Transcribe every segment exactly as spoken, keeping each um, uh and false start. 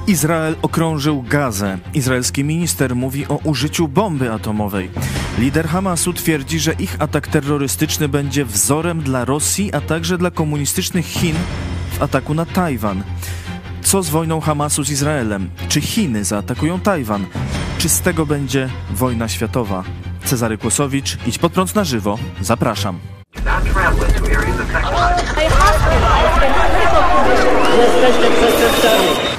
Izrael okrążył Gazę. Izraelski minister mówi o użyciu bomby atomowej. Lider Hamasu twierdzi, że ich atak terrorystyczny będzie wzorem dla Rosji, a także dla komunistycznych Chin w ataku na Tajwan. Co z wojną Hamasu z Izraelem? Czy Chiny zaatakują Tajwan? Czy z tego będzie wojna światowa? Cezary Kłosowicz, Idź Pod Prąd na żywo. Zapraszam. Jesteście przestępcami.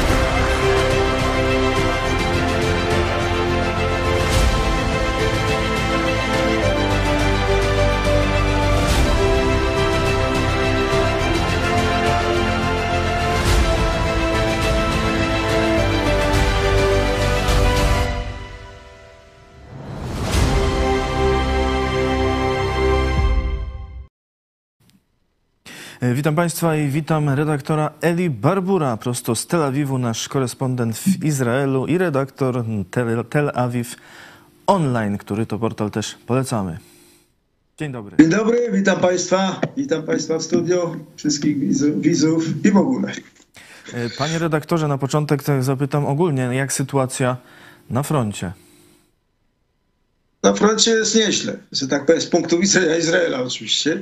Witam Państwa i witam redaktora Eli Barbura, prosto z Tel Awiwu, nasz korespondent w Izraelu i redaktor Tel, Tel Awiw Online, który to portal też polecamy. Dzień dobry. Dzień dobry, witam Państwa, witam Państwa w studio, wszystkich widzów i w ogóle. Panie redaktorze, na początek zapytam ogólnie, jak sytuacja na froncie? Na froncie jest nieźle, że tak powiem, z punktu widzenia Izraela oczywiście.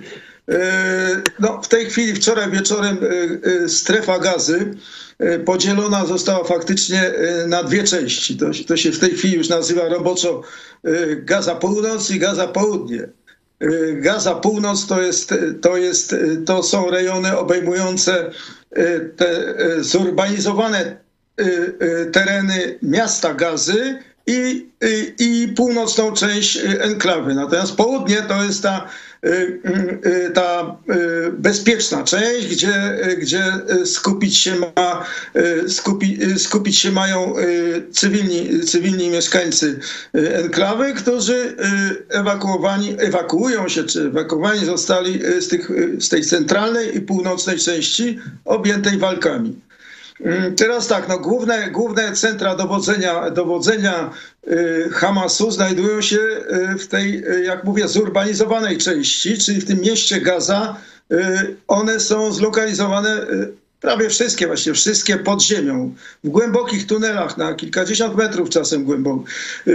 No, w tej chwili, wczoraj wieczorem, strefa Gazy podzielona została faktycznie na dwie części. To, to się w tej chwili już nazywa roboczo Gaza Północ i Gaza Południe. Gaza Północ to, jest, to, jest, to są rejony obejmujące te zurbanizowane tereny miasta Gazy i, i, i północną część enklawy. Natomiast południe to jest ta, ta bezpieczna część, gdzie, gdzie skupić się ma, skupi, skupić się mają cywilni, cywilni mieszkańcy enklawy, którzy ewakuowani, ewakuują się, czy ewakuowani zostali z, tych, z tej centralnej i północnej części objętej walkami. Teraz tak, no główne, główne centra dowodzenia, dowodzenia y, Hamasu znajdują się w tej, jak mówię, zurbanizowanej części, czyli w tym mieście Gaza. Y, one są zlokalizowane, y, prawie wszystkie, właściwie wszystkie pod ziemią, w głębokich tunelach, na kilkadziesiąt metrów czasem głęboko, y,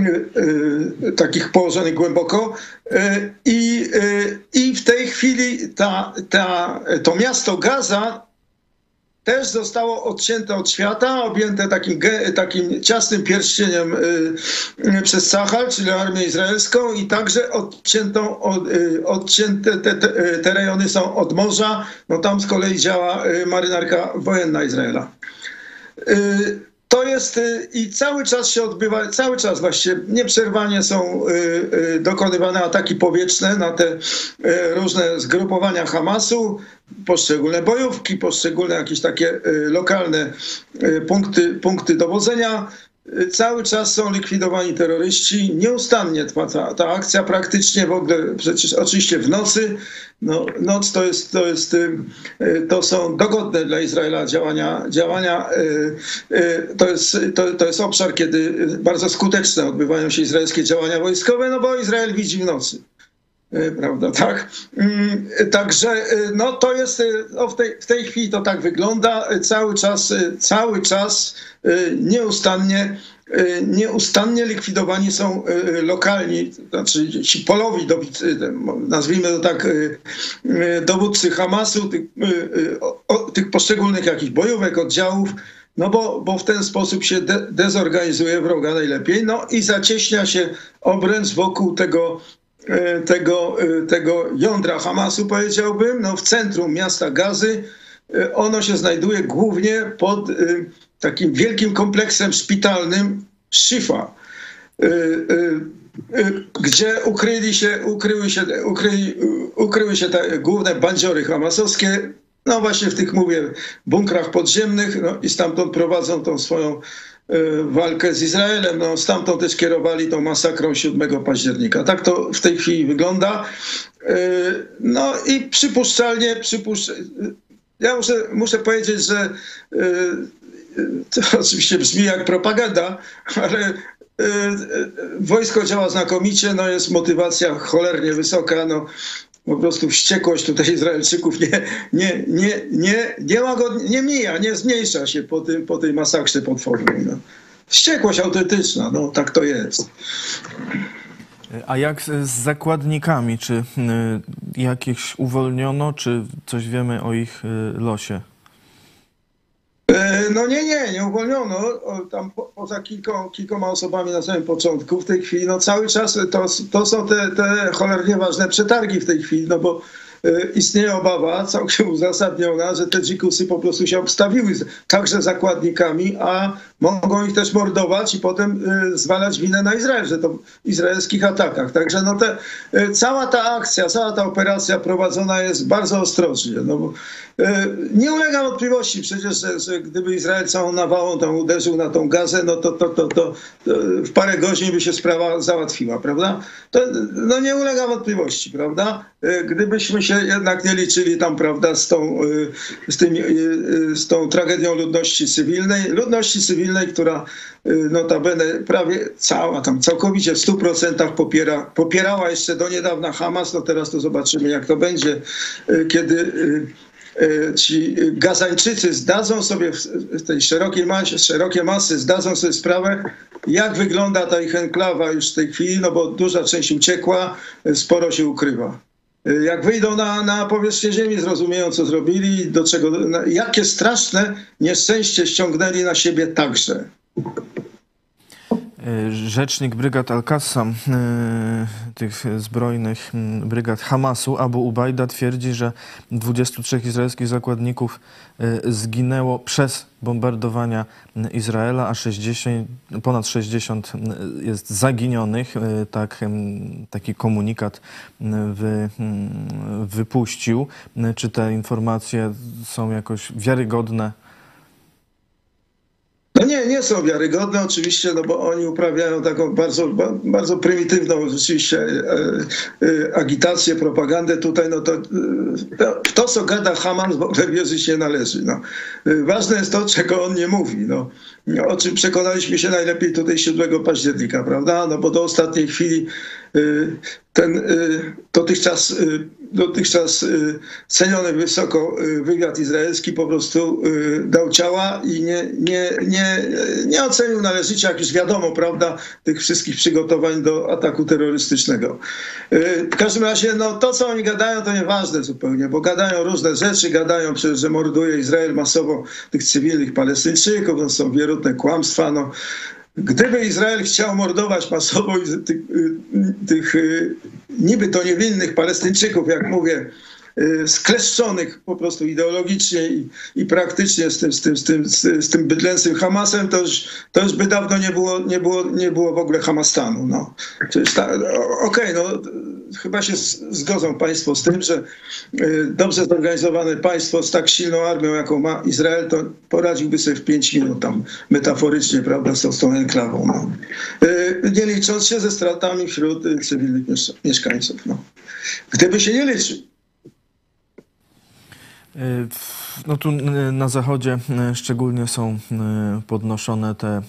y, y, takich położonych głęboko. Y, i, y, I w tej chwili ta, ta, to miasto Gaza też zostało odcięte od świata, objęte takim, takim ciasnym pierścieniem y, przez Cahal, czyli armię izraelską, i także odciętą, od, y, odcięte te, te, te rejony są od morza. No tam z kolei działa y, marynarka wojenna Izraela. Y, To jest i cały czas się odbywa, cały czas właściwie nieprzerwanie są dokonywane ataki powietrzne na te różne zgrupowania Hamasu, poszczególne bojówki, poszczególne jakieś takie lokalne punkty, punkty dowodzenia. Cały czas są likwidowani terroryści, nieustannie trwa ta, ta akcja, praktycznie w ogóle, przecież oczywiście w nocy. No, noc to jest, to jest, to są dogodne dla Izraela działania, działania to jest, to, to jest obszar, kiedy bardzo skuteczne odbywają się izraelskie działania wojskowe, no bo Izrael widzi w nocy. Prawda, tak? Także no to jest, no w, tej, w tej chwili to tak wygląda, cały czas, cały czas nieustannie, nieustannie likwidowani są lokalni, znaczy ci polowi, nazwijmy to tak, dowódcy Hamasu, tych, tych poszczególnych jakichś bojówek, oddziałów, no bo, bo w ten sposób się de, dezorganizuje wroga najlepiej, no i zacieśnia się obręcz wokół tego Tego, tego jądra Hamasu, powiedziałbym, no w centrum miasta Gazy. Ono się znajduje głównie pod takim wielkim kompleksem szpitalnym Shifa, gdzie ukryli się, ukryły się, ukryli, ukryły się te główne bandziory hamasowskie, no właśnie w tych, mówię, bunkrach podziemnych, no i stamtąd prowadzą tą swoją walkę z Izraelem. No, stamtąd też kierowali tą masakrą siódmego października. Tak to w tej chwili wygląda. No i przypuszczalnie, przypuszcz... ja muszę, muszę powiedzieć, że to oczywiście brzmi jak propaganda, ale wojsko działa znakomicie, no jest motywacja cholernie wysoka. No, po prostu wściekłość tutaj Izraelczyków nie, nie, nie, nie, nie, ma go, nie mija, nie zmniejsza się po, tym, po tej masakrze potwornej. No. Wściekłość autentyczna, no tak to jest. A jak z zakładnikami? Czy y, jakieś uwolniono, czy coś wiemy o ich y, losie? No nie, nie, nie uwolniono. O, tam po, poza kilką, kilkoma osobami na samym początku. W tej chwili no cały czas to, to są te, te cholernie ważne przetargi w tej chwili, no bo y, istnieje obawa całkiem uzasadniona, że te dzikusy po prostu się obstawiły z, także zakładnikami, a mogą ich też mordować i potem y, zwalać winę na Izrael, że to w izraelskich atakach. Także no te, y, cała ta akcja, cała ta operacja prowadzona jest bardzo ostrożnie. No bo, y, nie ulega wątpliwości przecież, że, że gdyby Izrael całą nawałą tam uderzył na tą Gazę, no to, to, to, to, to w parę godzin by się sprawa załatwiła, prawda? To, no nie ulega wątpliwości, prawda? Y, gdybyśmy się jednak nie liczyli tam, prawda, z tą, y, z tym, y, y, z tą tragedią ludności cywilnej, ludności cywilnej, która notabene prawie cała, tam całkowicie w stu procentach popiera, popierała jeszcze do niedawna Hamas, no teraz to zobaczymy, jak to będzie, kiedy ci Gazańczycy zdadzą sobie w tej szerokiej masie, szerokie masy zdadzą sobie sprawę, jak wygląda ta ich enklawa już w tej chwili, no bo duża część uciekła, sporo się ukrywa. Jak wyjdą na, na powierzchnię ziemi, zrozumieją, co zrobili, do czego, jakie straszne nieszczęście ściągnęli na siebie także. Rzecznik brygad Al-Qassam, tych zbrojnych brygad Hamasu, Abu Ubajda, twierdzi, że dwudziestu trzech izraelskich zakładników zginęło przez bombardowania Izraela, a sześćdziesiąt, ponad sześćdziesiąt jest zaginionych. Tak, taki komunikat wy, wypuścił. Czy te informacje są jakoś wiarygodne? No nie, nie są wiarygodne oczywiście, no bo oni uprawiają taką bardzo, bardzo prymitywną rzeczywiście agitację, propagandę tutaj, no to w to, co gada Hamas, w ogóle wierzyć nie należy. No. Ważne jest to, czego on nie mówi, no. O czym przekonaliśmy się najlepiej tutaj siódmego października, prawda? No bo do ostatniej chwili ten dotychczas, dotychczas ceniony wysoko wywiad izraelski po prostu dał ciała i nie, nie, nie, nie ocenił należycie, jak już wiadomo, prawda, tych wszystkich przygotowań do ataku terrorystycznego. W każdym razie, no to, co oni gadają, to nieważne zupełnie, bo gadają różne rzeczy, gadają przecież, że morduje Izrael masowo tych cywilnych Palestyńczyków, to są wierutne kłamstwa, no. Gdyby Izrael chciał mordować masowo tych, tych niby to niewinnych Palestyńczyków, jak mówię, skleszczonych po prostu ideologicznie i, i praktycznie z tym, z tym, z tym, z tym bydlęcym Hamasem, to już, to już by dawno nie było, nie było, nie było w ogóle Hamastanu. No. Okej, okay, no chyba się zgodzą państwo z tym, że dobrze zorganizowane państwo z tak silną armią, jaką ma Izrael, to poradziłby sobie w pięć minut tam metaforycznie, prawda, z tą, z tą enklawą. No. Nie licząc się ze stratami wśród cywilnych mieszkańców. No. Gdyby się nie liczył. No tu na zachodzie szczególnie są podnoszone te,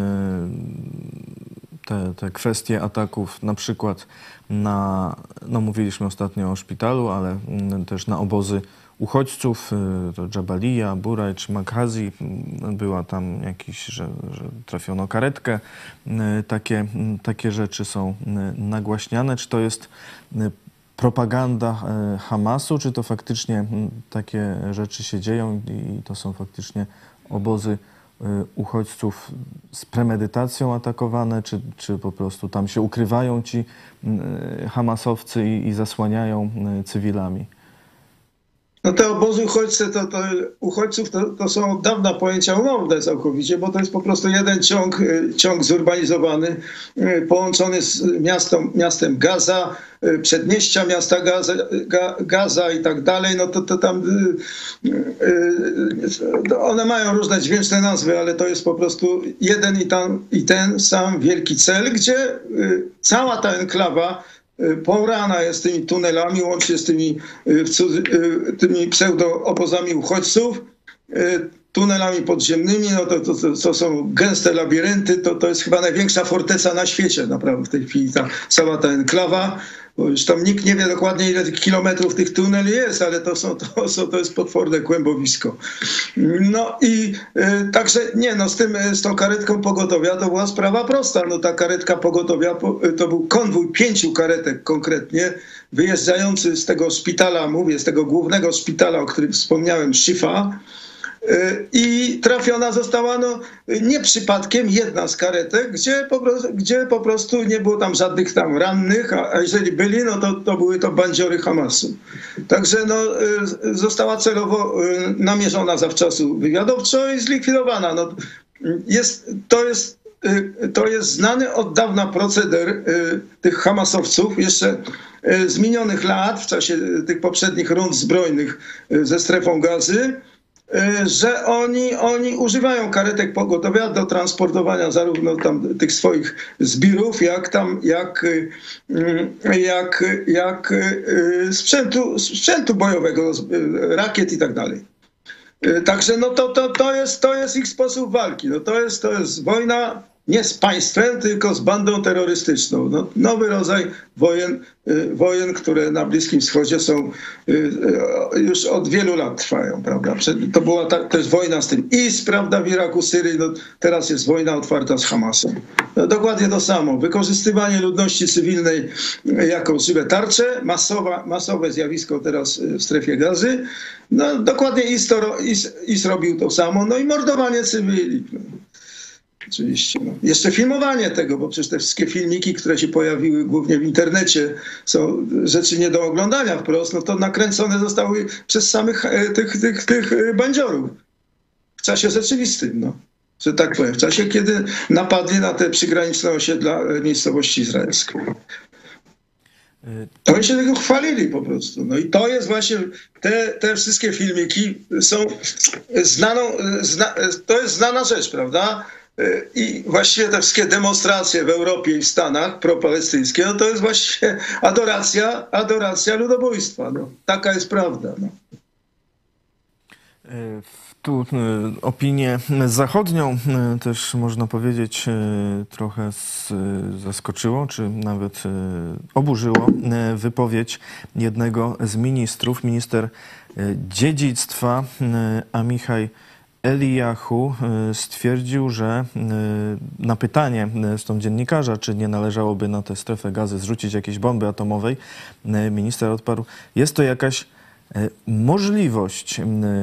te, te kwestie ataków, na przykład na, no mówiliśmy ostatnio o szpitalu, ale też na obozy uchodźców, to Dżabalia, Buraj, Makhazi, była tam jakiś, że, że trafiono karetkę. Takie, takie rzeczy są nagłaśniane. Czy to jest propaganda Hamasu, czy to faktycznie takie rzeczy się dzieją i to są faktycznie obozy uchodźców z premedytacją atakowane, czy, czy po prostu tam się ukrywają ci hamasowcy i, i zasłaniają cywilami? No te obozy uchodźcy, to, to, uchodźców to, to są od dawna pojęcia umowne całkowicie, bo to jest po prostu jeden ciąg, ciąg zurbanizowany, połączony z miastem, miastem Gaza, przedmieścia miasta Gaza, Ga, Gaza i tak dalej. No to, to tam one mają różne dźwięczne nazwy, ale to jest po prostu jeden i, tam, i ten sam wielki cel, gdzie cała ta enklawa porana jest tymi tunelami, łącznie z tymi, tymi pseudo-obozami uchodźców. tunelami podziemnymi, no to, to, to, to są gęste labirynty, to, to jest chyba największa forteca na świecie naprawdę w tej chwili, ta, cała ta enklawa. Bo już tam nikt nie wie dokładnie, ile tych kilometrów tych tuneli jest, ale to, są, to, są, to jest potworne głębowisko. No i y, także nie, no z, tym, z tą karetką pogotowia to była sprawa prosta. No ta karetka pogotowia to był konwój pięciu karetek konkretnie, wyjeżdżający z tego szpitala, mówię, z tego głównego szpitala, o którym wspomniałem, Shifa. I trafiona została no, nie przypadkiem jedna z karetek, gdzie po, prostu, gdzie po prostu nie było tam żadnych tam rannych, a, a jeżeli byli, no to, to były to bandziory Hamasu. Także no, została celowo namierzona zawczasu wywiadowczo i zlikwidowana. No, jest, to jest To jest znany od dawna proceder tych hamasowców, jeszcze z minionych lat, w czasie tych poprzednich rund zbrojnych ze strefą Gazy, że oni, oni używają karetek pogotowia do transportowania zarówno tam tych swoich zbirów, jak tam, jak, jak, jak sprzętu, sprzętu bojowego, rakiet i tak dalej. Także no to, to, to, jest, to jest ich sposób walki. No to, jest, to jest wojna nie z państwem, tylko z bandą terrorystyczną. No, nowy rodzaj wojen, wojen, które na Bliskim Wschodzie są już od wielu lat trwają, prawda? To była ta, to jest wojna z tym I S, prawda, w Iraku, Syrii, no teraz jest wojna otwarta z Hamasem. No, dokładnie to samo. Wykorzystywanie ludności cywilnej jako żywe tarcze, masowa, masowe zjawisko teraz w strefie Gazy. No dokładnie I S, to, I S, I S robił to samo, no i mordowanie cywili. No. Oczywiście. No. Jeszcze filmowanie tego, bo przecież te wszystkie filmiki, które się pojawiły głównie w internecie, są rzeczy nie do oglądania wprost, no to nakręcone zostały przez samych tych, tych, tych bandziorów w czasie rzeczywistym, no. Że tak powiem, w czasie, kiedy napadli na te przygraniczne osiedla miejscowości izraelskie. Oni się tego chwalili po prostu. No i to jest właśnie, te, te wszystkie filmiki są znaną, zna, to jest znana rzecz, prawda? I właściwie te wszystkie demonstracje w Europie i w Stanach propalestyńskie, no to jest właściwie adoracja, adoracja ludobójstwa. No. Taka jest prawda. No. Tu opinię zachodnią też można powiedzieć trochę zaskoczyło, czy nawet oburzyło wypowiedź jednego z ministrów, minister dziedzictwa Amichaj Eliyahu stwierdził, że na pytanie stąd dziennikarza, czy nie należałoby na tę strefę Gazy zrzucić jakiejś bomby atomowej, minister odparł, jest to jakaś możliwość.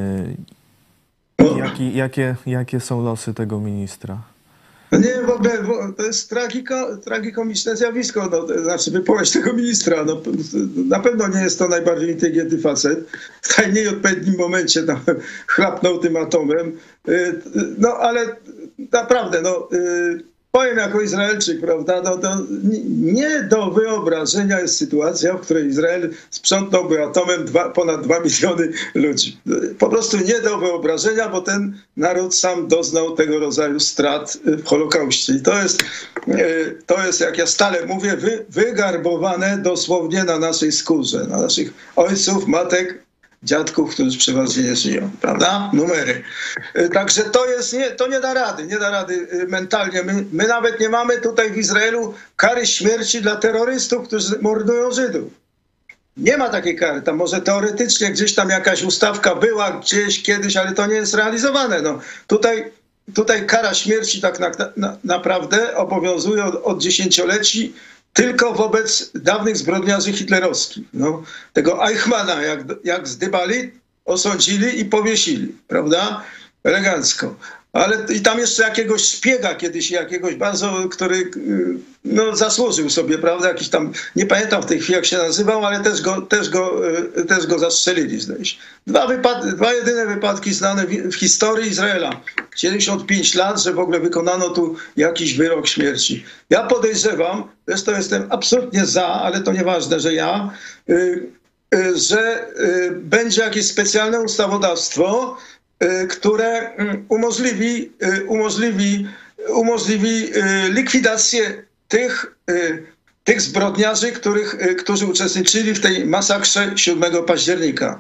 Jaki, jakie, jakie są losy tego ministra? Nie, w ogóle to jest tragiko, tragikomiczne zjawisko, no, to znaczy wypowiedź tego ministra. No, na pewno nie jest to najbardziej inteligentny facet. W najmniej odpowiednim momencie tam chlapnął tym atomem. No ale naprawdę, no, powiem jako Izraelczyk, prawda, no, to nie do wyobrażenia jest sytuacja, w której Izrael sprzątnąłby atomem dwa, ponad dwa miliony ludzi. Po prostu nie do wyobrażenia, bo ten naród sam doznał tego rodzaju strat w Holokauście. I to jest, to jest jak ja stale mówię, wy, wygarbowane dosłownie na naszej skórze, na naszych ojców, matek, dziadków, którzy przeważnie nie żyją, prawda? Numery. Także to jest, nie, to nie da rady, nie da rady mentalnie. My, my nawet nie mamy tutaj w Izraelu kary śmierci dla terrorystów, którzy mordują Żydów. Nie ma takiej kary. Tam może teoretycznie gdzieś tam jakaś ustawka była gdzieś kiedyś, ale to nie jest realizowane. No, tutaj, tutaj kara śmierci tak na, na, naprawdę obowiązuje od, od dziesięcioleci tylko wobec dawnych zbrodniarzy hitlerowskich. No, tego Eichmana, jak, jak zdybali, osądzili i powiesili, prawda? Elegancko. Ale i tam jeszcze jakiegoś szpiega kiedyś, jakiegoś bardzo, który no, zasłużył sobie, prawda? Jakiś tam, nie pamiętam w tej chwili jak się nazywał, ale też go, też go, też go zastrzelili, zdaje się. Dwa, wypad dwa jedyne wypadki znane w, w historii Izraela. siedemdziesiąt pięć lat, że w ogóle wykonano tu jakiś wyrok śmierci. Ja podejrzewam, zresztą jestem absolutnie za, ale to nieważne, że ja, y, y, że y, będzie jakieś specjalne ustawodawstwo, które umożliwi, umożliwi, umożliwi likwidację tych, tych zbrodniarzy, których, którzy uczestniczyli w tej masakrze siódmego października.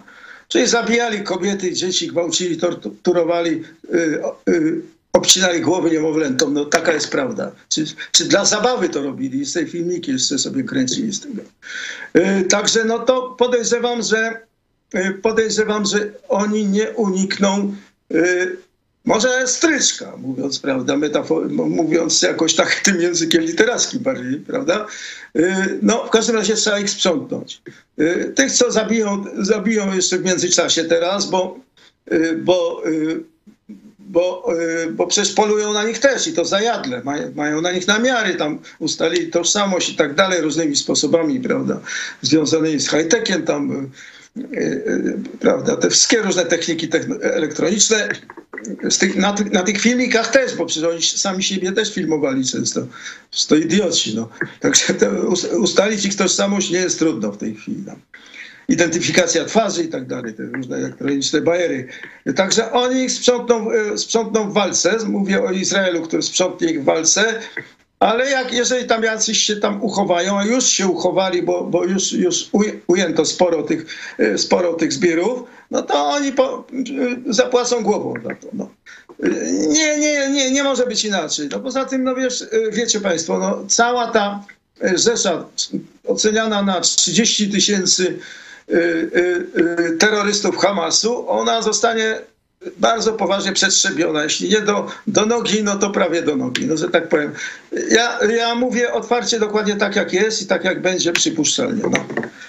Czyli zabijali kobiety, dzieci, gwałcili, torturowali, yy, yy, obcinali głowy niemowlętom. No taka jest prawda. Czy, czy dla zabawy to robili? Z tej filmiki jeszcze sobie kręcili z tego. Yy, także no to podejrzewam, że yy, podejrzewam, że oni nie unikną yy, może stryczka, mówiąc, prawda, metafor- mówiąc jakoś tak tym językiem literackim bardziej, prawda? No, w każdym razie trzeba ich sprzątnąć. Tych, co zabiją, zabiją jeszcze w międzyczasie teraz, bo, bo, bo, bo przecież polują na nich też i to zajadle. Mają, mają na nich namiary, tam ustalili tożsamość i tak dalej, różnymi sposobami, prawda, związanymi z high-techiem, tam, prawda, te wszystkie różne techniki elektroniczne. Z tych, na, na tych filmikach też, bo przecież oni sami siebie też filmowali często. To idioci, no. Także to ustalić ich tożsamość nie jest trudno w tej chwili. No. Identyfikacja twarzy i tak dalej, te różne elektroniczne bajery. Także oni ich sprzątną, sprzątną w walce. Mówię o Izraelu, który sprzątnie ich w walce. Ale jak, jeżeli tam jacyś się tam uchowają, a już się uchowali, bo, bo już, już ujęto sporo tych, sporo tych zbiorów, no to oni po, zapłacą głową za to. No. Nie, nie, nie, nie może być inaczej. No poza tym, no wiesz, wiecie państwo, no cała ta rzesza oceniana na trzydzieści tysięcy terrorystów Hamasu, ona zostanie bardzo poważnie przetrzebiona. Jeśli nie do, do nogi, no to prawie do nogi, no że tak powiem. Ja, ja mówię otwarcie dokładnie tak, jak jest i tak, jak będzie przypuszczalnie. No.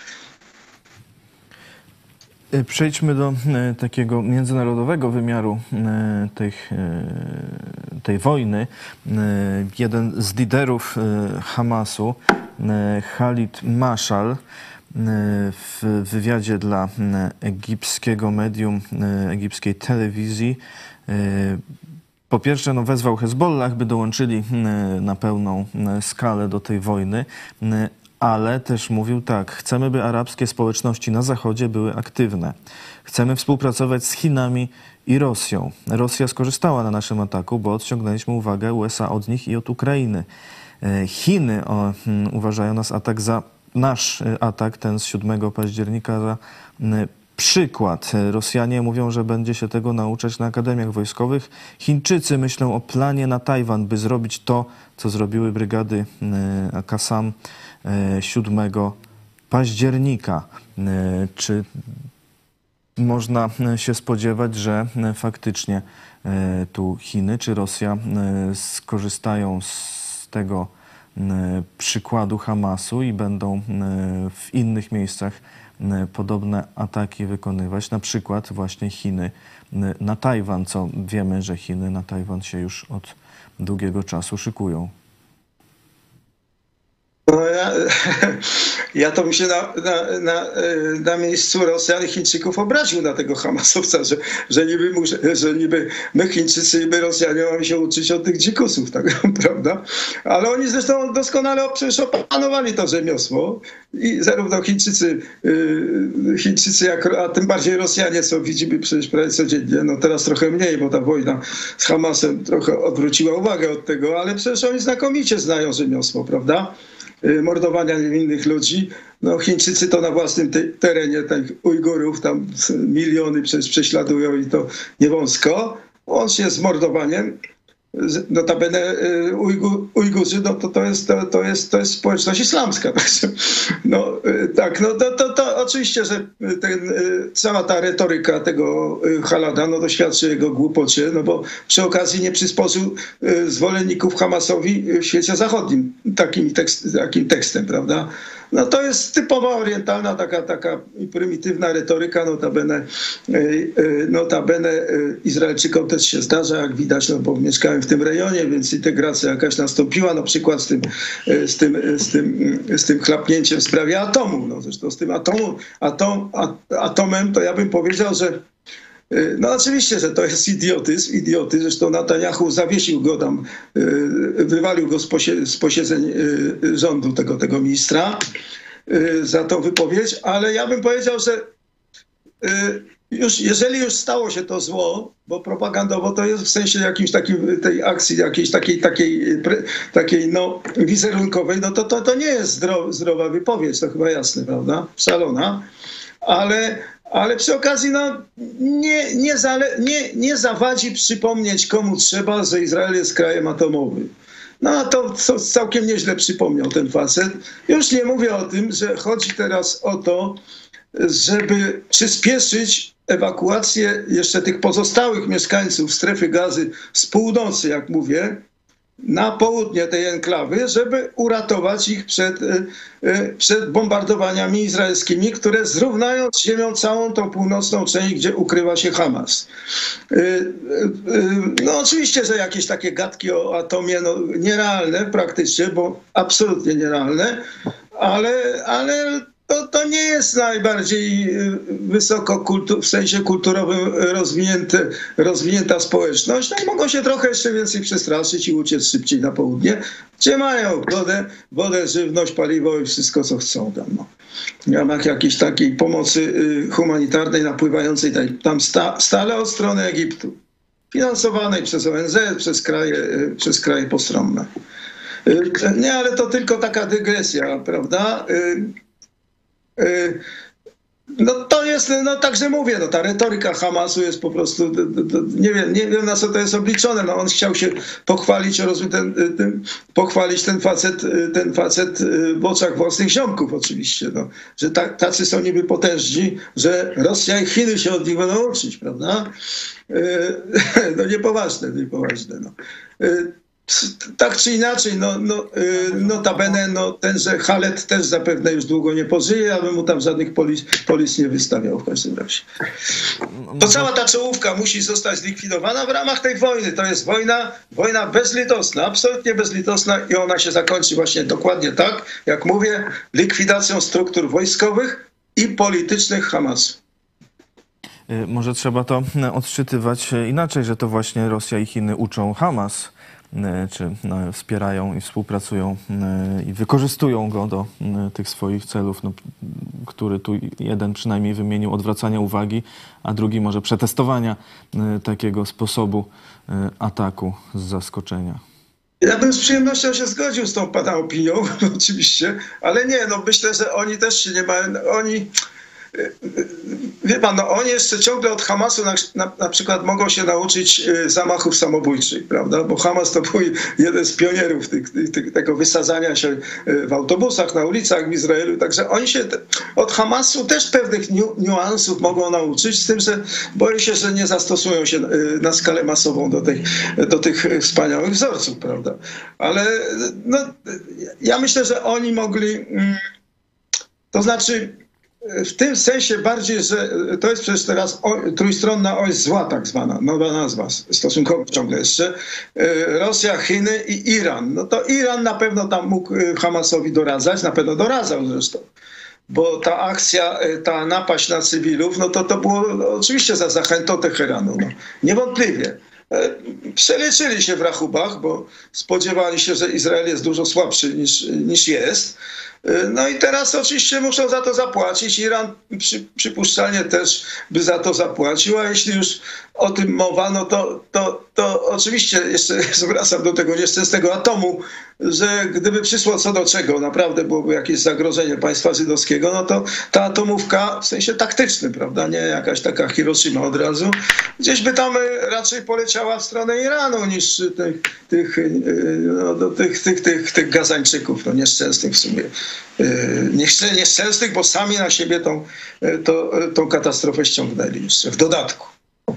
Przejdźmy do e, takiego międzynarodowego wymiaru e, tych, e, tej wojny. E, jeden z liderów e, Hamasu, e, Khalid Mashal, w wywiadzie dla egipskiego medium, egipskiej telewizji, po pierwsze no, wezwał Hezbollah, by dołączyli na pełną skalę do tej wojny, ale też mówił tak: chcemy, by arabskie społeczności na Zachodzie były aktywne. Chcemy współpracować z Chinami i Rosją. Rosja skorzystała na naszym ataku, bo odciągnęliśmy uwagę U S A od nich i od Ukrainy. Chiny o, uważają nas atak za nasz atak, ten z siódmego października, za przykład. Rosjanie mówią, że będzie się tego nauczać na akademiach wojskowych. Chińczycy myślą o planie na Tajwan, by zrobić to, co zrobiły brygady Qassam siódmego października. Czy można się spodziewać, że faktycznie tu Chiny czy Rosja skorzystają z tego przykładu Hamasu i będą w innych miejscach podobne ataki wykonywać, na przykład właśnie Chiny na Tajwan, co wiemy, że Chiny na Tajwan się już od długiego czasu szykują? No ja, ja to bym się na, na, na, na miejscu Rosjan i Chińczyków obraził na tego Hamasowca, że, że, niby, że niby my Chińczycy i my Rosjanie mamy się uczyć od tych dzikusów, tak, prawda? Ale oni zresztą doskonale przecież opanowali to rzemiosło i zarówno Chińczycy, Chińczycy jak, a tym bardziej Rosjanie, co widzimy przecież prawie codziennie, no teraz trochę mniej, bo ta wojna z Hamasem trochę odwróciła uwagę od tego, ale przecież oni znakomicie znają rzemiosło, prawda? Mordowania niewinnych ludzi. No Chińczycy to na własnym te terenie tych Ujgurów, tam miliony przecież prześladują i to nie wąsko. Łącznie z mordowaniem. Notabene Ujgu, Ujgurzy, no to, to, jest, to, to, jest, to jest społeczność islamska. Także, no tak, no to, to, to oczywiście, że ten, cała ta retoryka tego Khalada, no to świadczy o jego głupocie, no bo przy okazji nie przysporzył zwolenników Hamasowi w świecie zachodnim takim, tekst, takim tekstem, prawda? No to jest typowa orientalna, taka, taka prymitywna retoryka, notabene, notabene Izraelczykom też się zdarza, jak widać, no bo mieszkałem w tym rejonie, więc integracja jakaś nastąpiła, na przykład z tym, z tym, z tym, z tym chlapnięciem w sprawie atomu. No zresztą z tym atomu, atom, atomem to ja bym powiedział, że no oczywiście, że to jest idiotyzm, idiotyzm. Zresztą Netanyahu zawiesił go tam, wywalił go z, posie, z posiedzeń rządu tego, tego ministra za tą wypowiedź, ale ja bym powiedział, że już, jeżeli już stało się to zło, bo propagandowo to jest w sensie jakimś takim, tej akcji, jakiejś takiej, takiej, takiej no, wizerunkowej, no to, to, to nie jest zdrow, zdrowa wypowiedź, to chyba jasne, prawda? Szalona. Ale, Ale przy okazji no, nie, nie, zale- nie, nie zawadzi przypomnieć komu trzeba, że Izrael jest krajem atomowym. No to, to całkiem nieźle przypomniał ten facet. Już nie mówię o tym, że chodzi teraz o to, żeby przyspieszyć ewakuację jeszcze tych pozostałych mieszkańców strefy Gazy z północy, jak mówię, na południe tej enklawy, żeby uratować ich przed, przed bombardowaniami izraelskimi, które zrównają z ziemią całą tą północną część, gdzie ukrywa się Hamas. No oczywiście, że jakieś takie gadki o atomie, no nierealne praktycznie, bo absolutnie nierealne, ale, ale to, to nie jest najbardziej wysoko kultu, w sensie kulturowym rozwinięte, rozwinięta społeczność. No i mogą się trochę jeszcze więcej przestraszyć i uciec szybciej na południe, gdzie mają wodę, wodę, żywność, paliwo i wszystko, co chcą tam. No. W ramach jakiejś takiej pomocy humanitarnej napływającej tam sta, stale od strony Egiptu, finansowanej przez O N Z, przez kraje, przez kraje postronne. Nie, ale to tylko taka dygresja, prawda? No to jest, no także mówię, no ta retoryka Hamasu jest po prostu, to, to, nie wiem, nie wiem na co to jest obliczone. No on chciał się pochwalić, ten, ten, pochwalić ten facet, ten facet w oczach własnych ziomków oczywiście, no, że ta, tacy są niby potężni, że Rosja i Chiny się od nich będą uczyć, prawda? No niepoważne, niepoważne. No. Tak czy inaczej, no, no, notabene no, tenże Halet też zapewne już długo nie pożyje, aby mu tam żadnych polis, polis nie wystawiał w każdym razie. To cała ta czołówka musi zostać zlikwidowana w ramach tej wojny. To jest wojna, wojna bezlitosna, absolutnie bezlitosna i ona się zakończy właśnie dokładnie tak, jak mówię, likwidacją struktur wojskowych i politycznych Hamasu. Może trzeba to odczytywać inaczej, że to właśnie Rosja i Chiny uczą Hamas, czy no, wspierają i współpracują i wykorzystują go do tych swoich celów, no, który tu jeden przynajmniej wymienił odwracania uwagi, a drugi może przetestowania takiego sposobu ataku z zaskoczenia. Ja bym z przyjemnością się zgodził z tą pana opinią, oczywiście, ale nie, no myślę, że oni też się nie mają, oni... Wie pan, no oni jeszcze ciągle od Hamasu na, na, na przykład mogą się nauczyć zamachów samobójczych, prawda? Bo Hamas to był jeden z pionierów tych, tych, tego wysadzania się w autobusach, na ulicach w Izraelu. Także oni się te, od Hamasu też pewnych niu, niuansów mogą nauczyć, z tym, że boję się, że nie zastosują się na skalę masową do tych, do tych wspaniałych wzorców, prawda? Ale no, ja myślę, że oni mogli, to znaczy w tym sensie bardziej, że to jest przecież teraz o, trójstronna oś zła tak zwana, nowa nazwa, stosunkowo ciągle jeszcze, Rosja, Chiny i Iran. No to Iran na pewno tam mógł Hamasowi doradzać, na pewno doradzał zresztą, bo ta akcja, ta napaść na cywilów, no to to było oczywiście za zachętą Teheranu, no, niewątpliwie. Przeliczyli się w rachubach, bo spodziewali się, że Izrael jest dużo słabszy niż, niż jest. No i teraz oczywiście muszą za to zapłacić. Iran przy, przypuszczalnie też by za to zapłacił, a jeśli już o tym mowa, no to, to, to oczywiście jeszcze zwracam do tego nieszczęsnego atomu, że gdyby przyszło co do czego, naprawdę byłoby jakieś zagrożenie państwa żydowskiego, no to ta atomówka w sensie taktycznym, prawda, nie jakaś taka Hiroshima od razu, gdzieś by tam raczej poleciała w stronę Iranu niż tych, tych, no, tych, tych, tych, tych gazańczyków, no nieszczęsnych w sumie. Nieszczęsnych, bo sami na siebie tą, tą, tą katastrofę ściągnęli jeszcze w dodatku.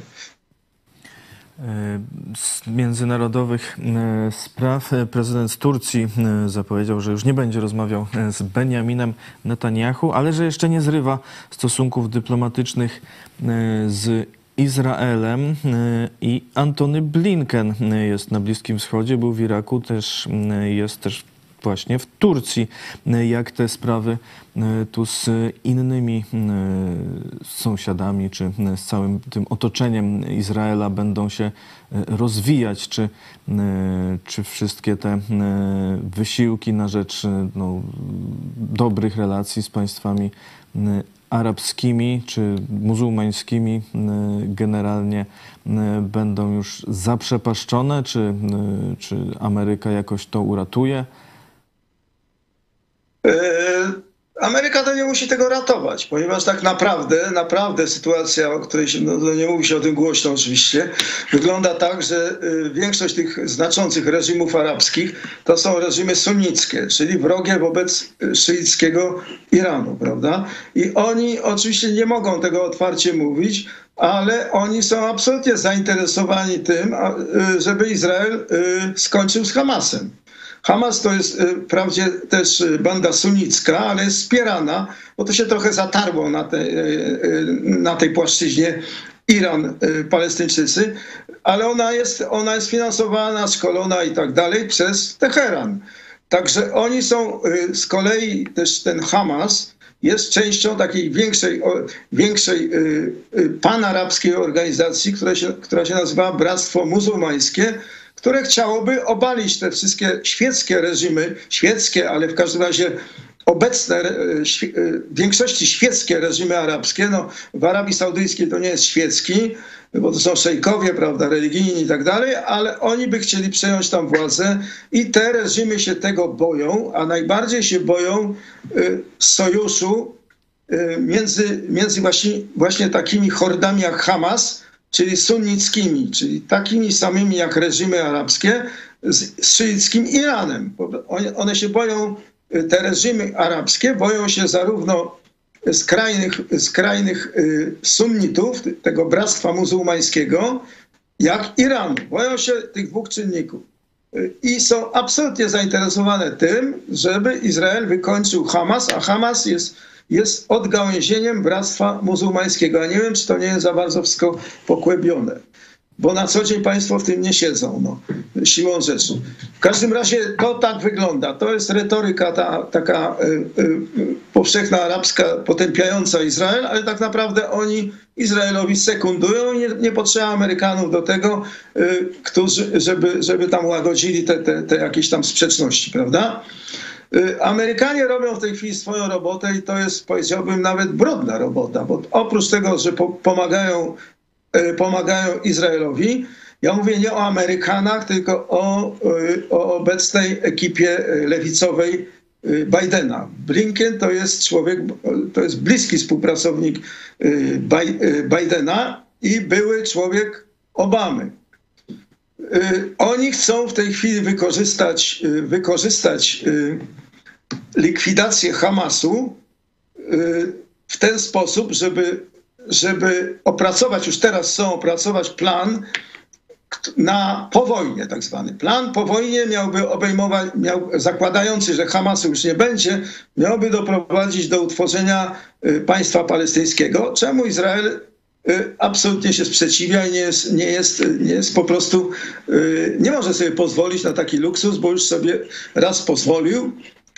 Z międzynarodowych spraw prezydent Turcji zapowiedział, że już nie będzie rozmawiał z Benjaminem Netanyahu, ale że jeszcze nie zrywa stosunków dyplomatycznych z Izraelem. I Antony Blinken jest na Bliskim Wschodzie, był w Iraku, też jest też właśnie w Turcji. Jak te sprawy tu z innymi sąsiadami, czy z całym tym otoczeniem Izraela będą się rozwijać? Czy, czy wszystkie te wysiłki na rzecz no, dobrych relacji z państwami arabskimi czy muzułmańskimi generalnie będą już zaprzepaszczone? Czy, czy Ameryka jakoś to uratuje? Ameryka to nie musi tego ratować, ponieważ tak naprawdę, naprawdę sytuacja, o której się, no, nie mówi się o tym głośno oczywiście, wygląda tak, że większość tych znaczących reżimów arabskich to są reżimy sunnickie, czyli wrogie wobec szyickiego Iranu, prawda? I oni oczywiście nie mogą tego otwarcie mówić, ale oni są absolutnie zainteresowani tym, żeby Izrael skończył z Hamasem. Hamas to jest wprawdzie też banda sunnicka, ale jest wspierana, bo to się trochę zatarło na, te, na tej płaszczyźnie Iran, Palestyńczycy, ale ona jest, ona jest finansowana, szkolona i tak dalej przez Teheran. Także oni są z kolei też ten Hamas jest częścią takiej większej, większej panarabskiej organizacji, która się, która się nazywa Bractwo Muzułmańskie, które chciałoby obalić te wszystkie świeckie reżimy, świeckie, ale w każdym razie obecne, w większości świeckie reżimy arabskie. No, w Arabii Saudyjskiej to nie jest świecki, bo to są szejkowie, prawda, religijni i tak dalej, ale oni by chcieli przejąć tam władzę i te reżimy się tego boją, a najbardziej się boją sojuszu między, między właśnie, właśnie takimi hordami jak Hamas, czyli sunnickimi, czyli takimi samymi jak reżimy arabskie, z szyickim Iranem. One się boją, te reżimy arabskie boją się zarówno skrajnych, skrajnych sunnitów, tego bractwa muzułmańskiego, jak Iranu. Boją się tych dwóch czynników. I są absolutnie zainteresowane tym, żeby Izrael wykończył Hamas, a Hamas jest jest odgałęzieniem Bractwa Muzułmańskiego. Ja nie wiem, czy to nie jest za bardzo wszystko pokłębione, bo na co dzień państwo w tym nie siedzą, no, siłą rzeczy. W każdym razie to tak wygląda. To jest retoryka ta, taka y, y, powszechna arabska, potępiająca Izrael, ale tak naprawdę oni Izraelowi sekundują i nie, nie potrzeba Amerykanów do tego, y, którzy, żeby, żeby tam łagodzili te, te, te jakieś tam sprzeczności, prawda? Amerykanie robią w tej chwili swoją robotę i to jest, powiedziałbym, nawet brudna robota, bo oprócz tego, że po, pomagają, pomagają Izraelowi, ja mówię nie o Amerykanach, tylko o, o obecnej ekipie lewicowej Bidena. Blinken to jest człowiek, to jest bliski współpracownik Bidena i były człowiek Obamy. Oni chcą w tej chwili wykorzystać, wykorzystać likwidację Hamasu w ten sposób, żeby, żeby opracować, już teraz chcą opracować plan na po wojnie, tak zwany. Plan po wojnie miałby obejmować, miał, zakładający, że Hamasu już nie będzie, miałby doprowadzić do utworzenia państwa palestyńskiego, czemu Izrael absolutnie się sprzeciwia i nie jest, nie jest, nie jest po prostu, nie może sobie pozwolić na taki luksus, bo już sobie raz pozwolił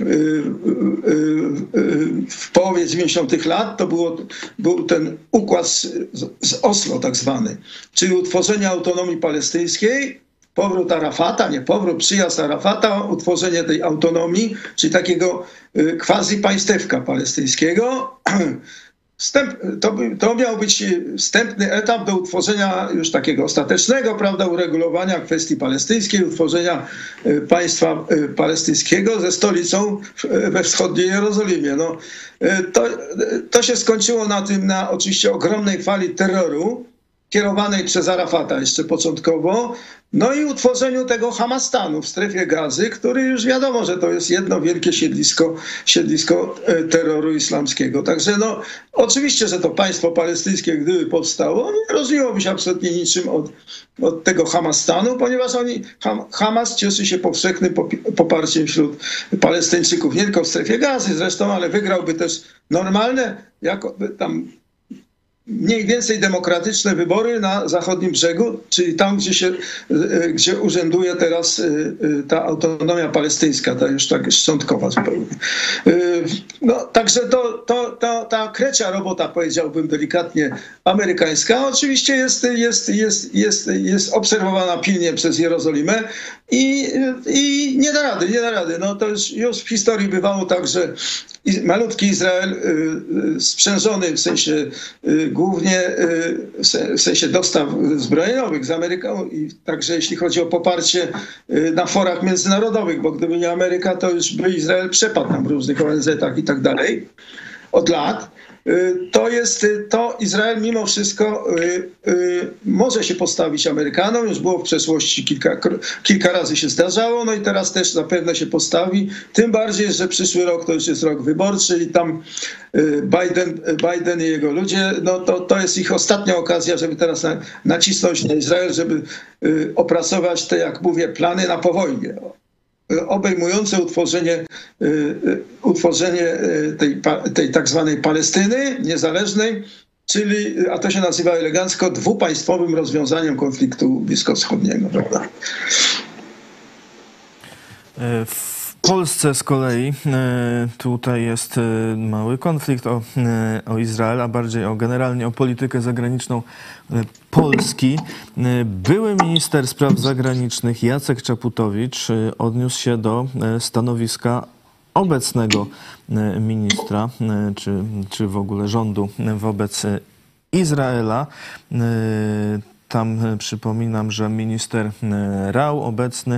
w połowie dziewięćdziesiątych lat. To było, był ten układ z, z Oslo tak zwany, czyli utworzenie autonomii palestyńskiej, powrót Arafata, nie powrót, przyjazd Arafata, utworzenie tej autonomii, czyli takiego quasi państewka palestyńskiego. Wstęp, to, to miał być wstępny etap do utworzenia już takiego ostatecznego, prawda, uregulowania kwestii palestyńskiej, utworzenia państwa palestyńskiego ze stolicą we wschodniej Jerozolimie. No, to, to się skończyło na tym, na oczywiście ogromnej fali terroru, kierowanej przez Arafata jeszcze początkowo, no i utworzeniu tego Hamastanu w strefie Gazy, który już wiadomo, że to jest jedno wielkie siedlisko, siedlisko terroru islamskiego. Także no, oczywiście, że to państwo palestyńskie, gdyby powstało, nie różniłoby się absolutnie niczym od, od tego Hamastanu, ponieważ oni, Ham, Hamas cieszy się powszechnym poparciem wśród Palestyńczyków, nie tylko w strefie Gazy zresztą, ale wygrałby też normalne, jako tam mniej więcej demokratyczne wybory na zachodnim brzegu, czyli tam, gdzie się, gdzie urzęduje teraz ta autonomia palestyńska, ta już tak szczątkowa zupełnie. No, także to, to, to, ta krecia robota, powiedziałbym delikatnie, amerykańska, oczywiście jest, jest, jest, jest, jest obserwowana pilnie przez Jerozolimę i, i nie da rady, nie da rady. No, to już, już w historii bywało tak, że malutki Izrael sprzężony w sensie głównie w sensie dostaw zbrojeniowych z Ameryką i także jeśli chodzi o poparcie na forach międzynarodowych, bo gdyby nie Ameryka, to już by Izrael przepadł tam w różnych O N Z-ach i tak dalej od lat. To jest, to Izrael mimo wszystko y, y, może się postawić Amerykanom, już było w przeszłości kilka, kilka razy się zdarzało, no i teraz też zapewne się postawi, tym bardziej, że przyszły rok to już jest rok wyborczy i tam y, Biden, Biden i jego ludzie, no to, to jest ich ostatnia okazja, żeby teraz na, nacisnąć na Izrael, żeby y, opracować te, jak mówię, plany na po wojnie, obejmujące utworzenie, utworzenie tej, tej tak zwanej Palestyny niezależnej, czyli, a to się nazywa elegancko, dwupaństwowym rozwiązaniem konfliktu bliskowschodniego. Prawda? W Polsce z kolei tutaj jest mały konflikt o, o Izrael, a bardziej o generalnie o politykę zagraniczną Polski. Były minister spraw zagranicznych Jacek Czaputowicz odniósł się do stanowiska obecnego ministra, czy, czy w ogóle rządu wobec Izraela. Tam przypominam, że minister Rau obecny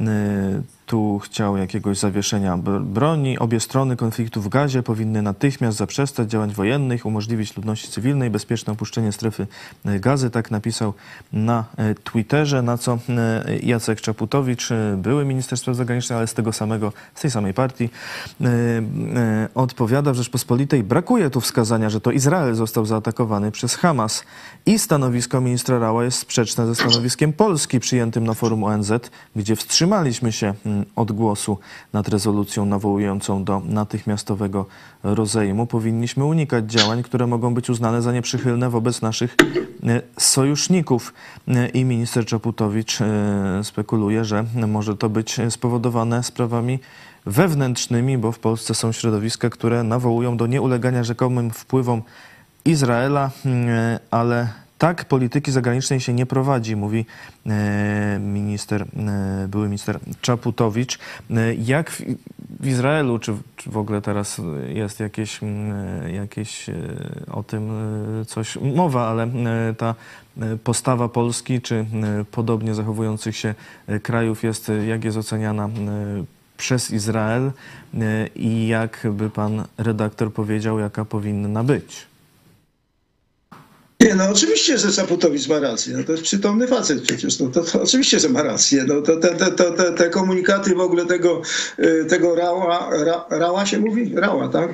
tu chciał jakiegoś zawieszenia broni. Obie strony konfliktu w Gazie powinny natychmiast zaprzestać działań wojennych, umożliwić ludności cywilnej bezpieczne opuszczenie strefy Gazy. Tak napisał na Twitterze, na co Jacek Czaputowicz, były minister spraw zagranicznych, ale z tego samego, z tej samej partii, odpowiada: w Rzeczpospolitej brakuje tu wskazania, że to Izrael został zaatakowany przez Hamas i stanowisko ministra Raua jest sprzeczne ze stanowiskiem Polski przyjętym na forum O N Z, gdzie wstrzymaliśmy się od głosu nad rezolucją nawołującą do natychmiastowego rozejmu. Powinniśmy unikać działań, które mogą być uznane za nieprzychylne wobec naszych sojuszników. I minister Czaputowicz spekuluje, że może to być spowodowane sprawami wewnętrznymi, bo w Polsce są środowiska, które nawołują do nieulegania rzekomym wpływom Izraela, ale tak polityki zagranicznej się nie prowadzi, mówi minister, były minister Czaputowicz. Jak w, w Izraelu, czy, czy w ogóle teraz jest jakieś, jakieś o tym coś mowa, ale ta postawa Polski, czy podobnie zachowujących się krajów jest, jak jest oceniana przez Izrael i jak by pan redaktor powiedział, jaka powinna być? Nie, no oczywiście, że Czaputowicz ma rację. No to jest przytomny facet przecież. No to, to oczywiście, że ma rację. No to te, te, te, te komunikaty w ogóle tego, tego Rała, Ra, Rała się mówi? Rała, tak?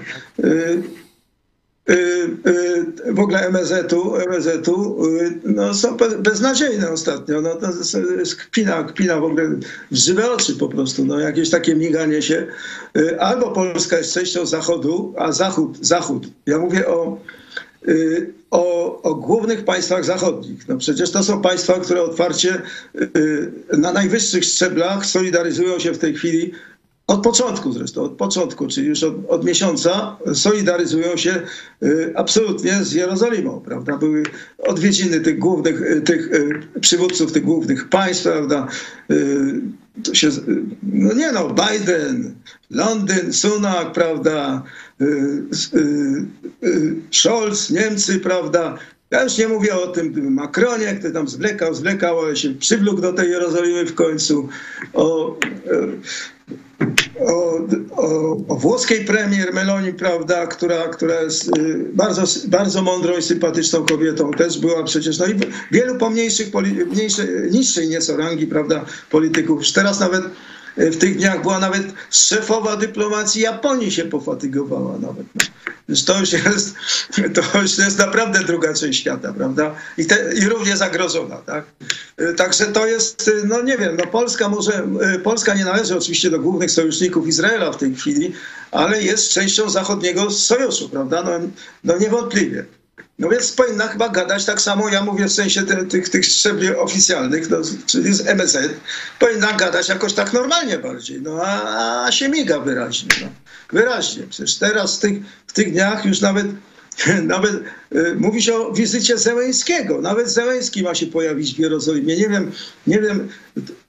W ogóle M S Z-u, M S Z-u no, są beznadziejne ostatnio. No, to jest kpina, kpina w ogóle w żywe oczy po prostu. No, jakieś takie miganie się. Albo Polska jest częścią Zachodu, a Zachód, Zachód. Ja mówię o O, o głównych państwach zachodnich. No przecież to są państwa, które otwarcie na najwyższych szczeblach solidaryzują się w tej chwili, od początku zresztą, od początku, czyli już od, od miesiąca solidaryzują się absolutnie z Jerozolimą, prawda? Były odwiedziny tych głównych, tych przywódców tych głównych państw, prawda? To się, no nie no, Biden, Londyn, Sunak, prawda, Scholz, Niemcy, prawda. Ja już nie mówię o tym Macronie, który tam zwlekał, zwlekał, ale się przywlókł do tej Jerozolimy w końcu. O, o, o, o włoskiej premier Meloni, prawda, która, która jest bardzo, bardzo mądrą i sympatyczną kobietą, też była przecież, no i wielu pomniejszych, mniejszej, niższej nieco rangi, prawda, polityków. Już teraz nawet w tych dniach była nawet szefowa dyplomacji Japonii się pofatygowała nawet. No. To już jest, to już jest naprawdę druga część świata, prawda? I, te, i równie zagrożona, tak? Także to jest, no nie wiem, no Polska może, Polska nie należy oczywiście do głównych sojuszników Izraela w tej chwili, ale jest częścią zachodniego sojuszu, prawda? No, no niewątpliwie. No więc powinna chyba gadać tak samo, ja mówię w sensie te, tych, tych szczebli oficjalnych, no, czyli z M S Z, powinna gadać jakoś tak normalnie bardziej, no a, a się miga wyraźnie, no. Wyraźnie. Przecież teraz w tych, w tych dniach już nawet, nawet y, mówi się o wizycie Zełenskiego, nawet Zełenski ma się pojawić w Jerozolimie. Nie wiem, nie wiem,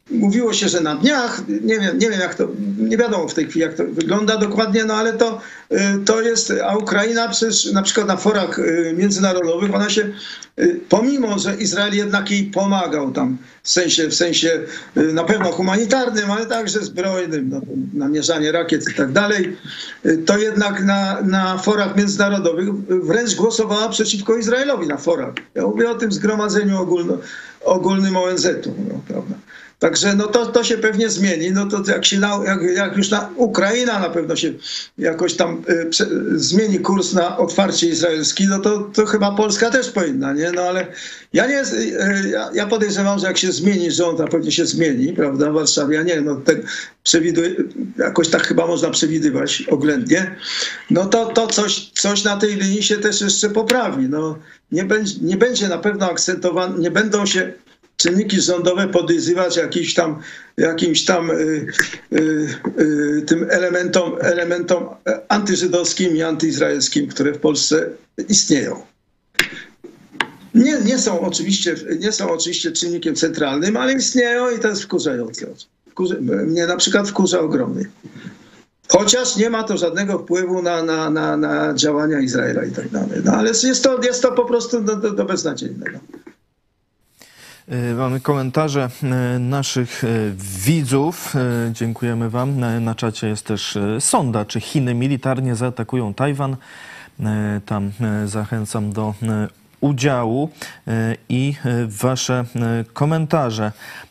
mówiło się, że na dniach, nie wiem, nie wiem jak to, nie wiadomo w tej chwili jak to wygląda dokładnie, no ale to, to jest, a Ukraina przecież na przykład na forach międzynarodowych, ona się, pomimo że Izrael jednak jej pomagał tam w sensie, w sensie na pewno humanitarnym, ale także zbrojnym, no, namierzanie rakiet i tak dalej, to jednak na, na forach międzynarodowych wręcz głosowała przeciwko Izraelowi na forach. Ja mówię o tym zgromadzeniu ogólno, ogólnym O N Z u, no, prawda. Także no to, to się pewnie zmieni, no to jak, się na, jak, jak już na, Ukraina na pewno się jakoś tam y, prze, zmieni kurs na otwarcie izraelski, no to, to chyba Polska też powinna, nie? No ale ja nie, y, ja, ja podejrzewam, że jak się zmieni rząd, a pewnie się zmieni, prawda, w Warszawie, ja nie no ten przewiduje, jakoś tak chyba można przewidywać oględnie, no to, to coś, coś na tej linii się też jeszcze poprawi, no nie będzie, nie będzie na pewno akcentowane, nie będą się czynniki rządowe podejrzewać jakimś tam, jakimś tam y, y, y, tym elementom, elementom antyżydowskim i antyizraelskim, które w Polsce istnieją. Nie, nie, są oczywiście, nie są oczywiście czynnikiem centralnym, ale istnieją i to jest wkurzające. Wkurzy, mnie na przykład wkurza ogromnie. Chociaż nie ma to żadnego wpływu na, na, na, na działania Izraela i tak dalej. No, ale jest to, jest to po prostu do, do, do beznadziejnego. Mamy komentarze naszych widzów. Dziękujemy wam. Na czacie jest też sonda, czy Chiny militarnie zaatakują Tajwan. Tam zachęcam do udziału i wasze komentarze.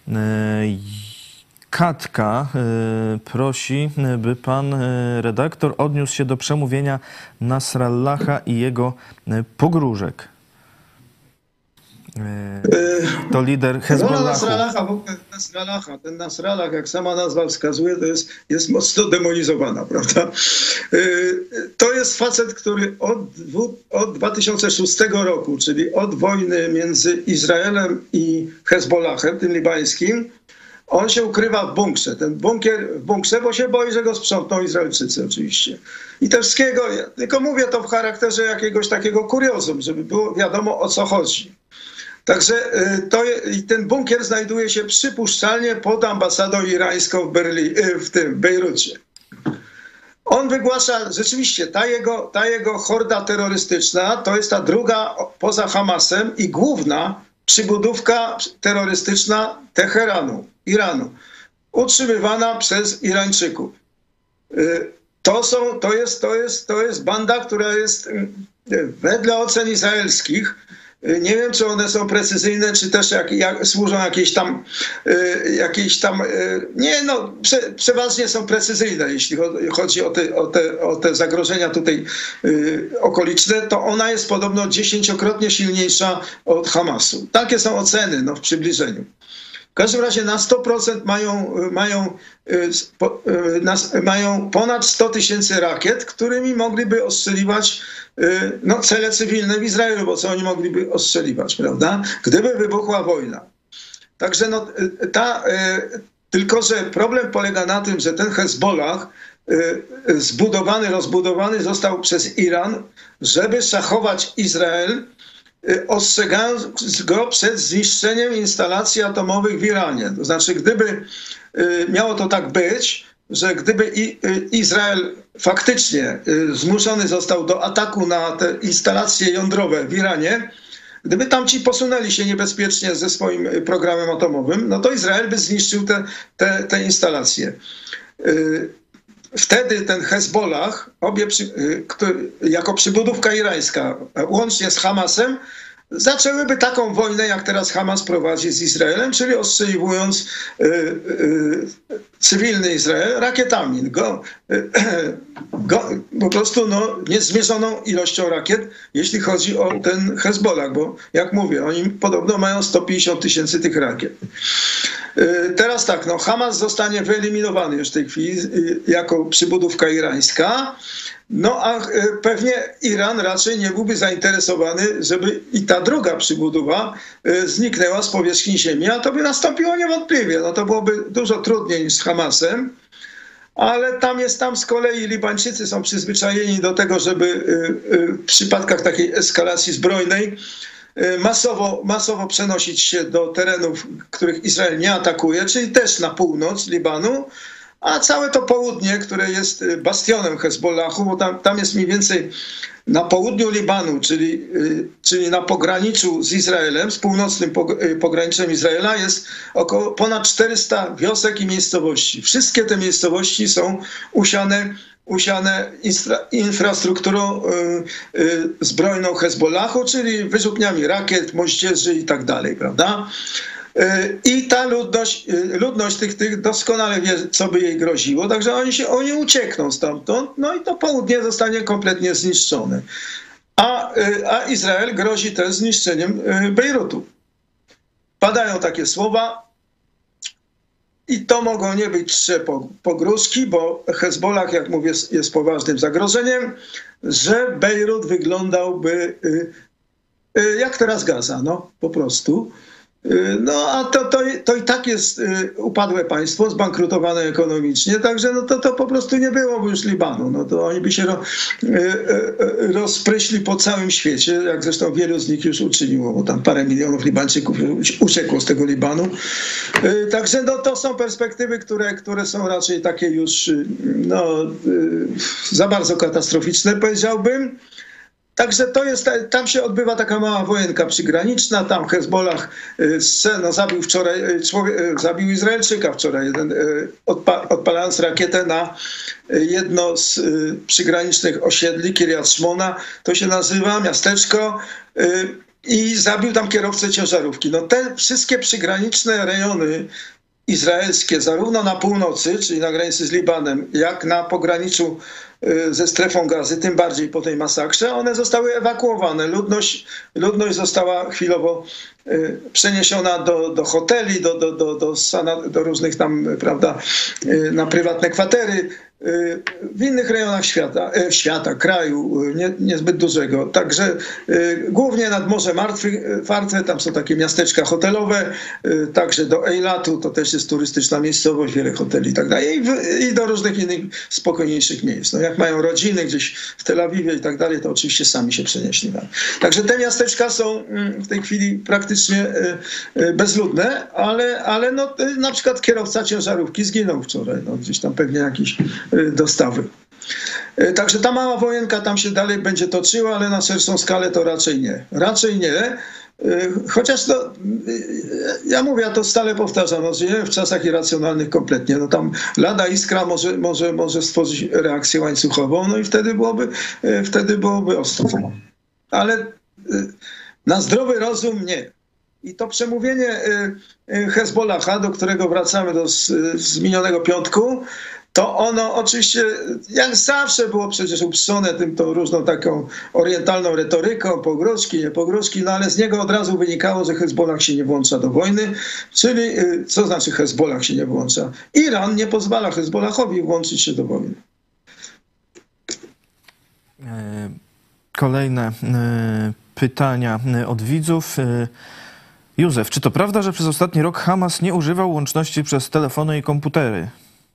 Katka prosi, by pan redaktor odniósł się do przemówienia Nasrallaha i jego pogróżek. To lider Hezbollahu. No, Nasrallaha, Nasrallaha, ten Nasrallah, jak sama nazwa wskazuje, to jest, jest mocno demonizowana, prawda? To jest facet, który od, od dwa tysiące szóstego roku, czyli od wojny między Izraelem i Hezbollahem, tym libańskim, on się ukrywa w bunkrze. Ten bunkier w bunkrze, bo się boi, że go sprzątną Izraelczycy oczywiście. I te wszystkiego, ja tylko mówię to w charakterze jakiegoś takiego kuriozum, żeby było wiadomo, o co chodzi. Także to, ten bunkier znajduje się przypuszczalnie pod ambasadą irańską w, Berli, w tym w Bejrucie. On wygłasza, rzeczywiście, ta jego, ta jego horda terrorystyczna to jest ta druga poza Hamasem i główna przybudówka terrorystyczna Teheranu, Iranu, utrzymywana przez Irańczyków. To, są, to, jest, to, jest, to jest banda, która jest wedle ocen izraelskich, nie wiem, czy one są precyzyjne, czy też jak, jak, służą jakiejś tam, y, jakiejś tam y, nie, no, prze, przeważnie są precyzyjne, jeśli chodzi o te, o te, o te zagrożenia tutaj y, okoliczne, to ona jest podobno dziesięciokrotnie silniejsza od Hamasu. Takie są oceny, no, w przybliżeniu. W każdym razie na sto procent mają, mają, mają ponad sto tysięcy rakiet, którymi mogliby ostrzeliwać no, cele cywilne w Izraelu, bo co oni mogliby ostrzeliwać, prawda? Gdyby wybuchła wojna. Także no, ta, tylko że problem polega na tym, że ten Hezbollah zbudowany, rozbudowany został przez Iran, żeby szachować Izrael, ostrzegając go przed zniszczeniem instalacji atomowych w Iranie. To znaczy, gdyby miało to tak być, że gdyby Izrael faktycznie zmuszony został do ataku na te instalacje jądrowe w Iranie, gdyby tamci posunęli się niebezpiecznie ze swoim programem atomowym, no to Izrael by zniszczył te, te, te instalacje. Wtedy ten Hezbollah, obie przy, który, jako przybudówka irańska, łącznie z Hamasem, zaczęłyby taką wojnę, jak teraz Hamas prowadzi z Izraelem, czyli ostrzeliwując y, y, cywilny Izrael rakietami. Go, y, go, po prostu no, niezmierzoną ilością rakiet, jeśli chodzi o ten Hezbollah, bo jak mówię, oni podobno mają sto pięćdziesiąt tysięcy tych rakiet. Y, teraz tak, no, Hamas zostanie wyeliminowany już w tej chwili y, jako przybudówka irańska. No a pewnie Iran raczej nie byłby zainteresowany, żeby i ta druga przybudowa zniknęła z powierzchni ziemi, a to by nastąpiło niewątpliwie. No to byłoby dużo trudniej niż z Hamasem, ale tam jest, tam z kolei Libańczycy są przyzwyczajeni do tego, żeby w przypadkach takiej eskalacji zbrojnej masowo, masowo przenosić się do terenów, których Izrael nie atakuje, czyli też na północ Libanu, a całe to południe, które jest bastionem Hezbollahu, bo tam, tam jest mniej więcej na południu Libanu, czyli, czyli na pograniczu z Izraelem, z północnym pograniczem Izraela, jest około ponad czterysta wiosek i miejscowości. Wszystkie te miejscowości są usiane, usiane infra, infrastrukturą y, y, zbrojną Hezbollahu, czyli wyrzutniami rakiet, moździerzy i tak dalej, prawda? I ta ludność, ludność tych, tych doskonale wie, co by jej groziło, także oni się oni uciekną stamtąd, no i to południe zostanie kompletnie zniszczone. A, a Izrael grozi też zniszczeniem Bejrutu. Padają takie słowa i to mogą nie być trzy pogróżki, bo Hezbollah, jak mówię, jest poważnym zagrożeniem, że Bejrut wyglądałby jak teraz Gaza, no po prostu. No a to, to, to i tak jest upadłe państwo, zbankrutowane ekonomicznie, także no to, to po prostu nie byłoby już Libanu. No to oni by się ro, rozpryśli po całym świecie, jak zresztą wielu z nich już uczyniło, bo tam parę milionów Libańczyków uciekło z tego Libanu. Także no, to są perspektywy, które, które są raczej takie już no, za bardzo katastroficzne, powiedziałbym. Także to jest, tam się odbywa taka mała wojenka przygraniczna, tam Hezbollah no, zabił wczoraj, człowiek, zabił Izraelczyka wczoraj, jeden, odpa, odpalając rakietę na jedno z przygranicznych osiedli, Kiryat Shmona, to się nazywa, miasteczko, i zabił tam kierowcę ciężarówki. No te wszystkie przygraniczne rejony izraelskie, zarówno na północy, czyli na granicy z Libanem, jak na pograniczu ze strefą Gazy, tym bardziej po tej masakrze, one zostały ewakuowane. Ludność, ludność została chwilowo przeniesiona do, do hoteli, do, do, do, do, do różnych tam, prawda, na prywatne kwatery. W innych rejonach świata, świata kraju, nie, niezbyt dużego. Także głównie nad Morzem Martwe, tam są takie miasteczka hotelowe, także do Eilatu, to też jest turystyczna miejscowość, wiele hoteli i tak dalej, i do różnych innych spokojniejszych miejsc. No jak mają rodziny gdzieś w Tel Awiwie i tak dalej, to oczywiście sami się przenieśli. Także te miasteczka są w tej chwili praktycznie bezludne, ale, ale no, na przykład kierowca ciężarówki zginął wczoraj, no, gdzieś tam pewnie jakiś dostawy. Także ta mała wojenka tam się dalej będzie toczyła, ale na szerszą skalę to raczej nie. Raczej nie. Chociaż to, ja mówię, ja to stale powtarzam, no, żyjemy w czasach irracjonalnych kompletnie. No tam lada iskra może, może, może stworzyć reakcję łańcuchową, no i wtedy byłoby, wtedy byłoby ostro. Ale na zdrowy rozum nie. I to przemówienie Hezbollaha, do którego wracamy do, z, z minionego piątku, to ono oczywiście, jak zawsze było przecież uprzone tym tą różną taką orientalną retoryką, pogróżki, nie pogróżki, no ale z niego od razu wynikało, że Hezbollah się nie włącza do wojny, czyli co znaczy Hezbollah się nie włącza? Iran nie pozwala Hezbollahowi włączyć się do wojny. Kolejne pytania od widzów. Józef, czy to prawda, że przez ostatni rok Hamas nie używał łączności przez telefony i komputery?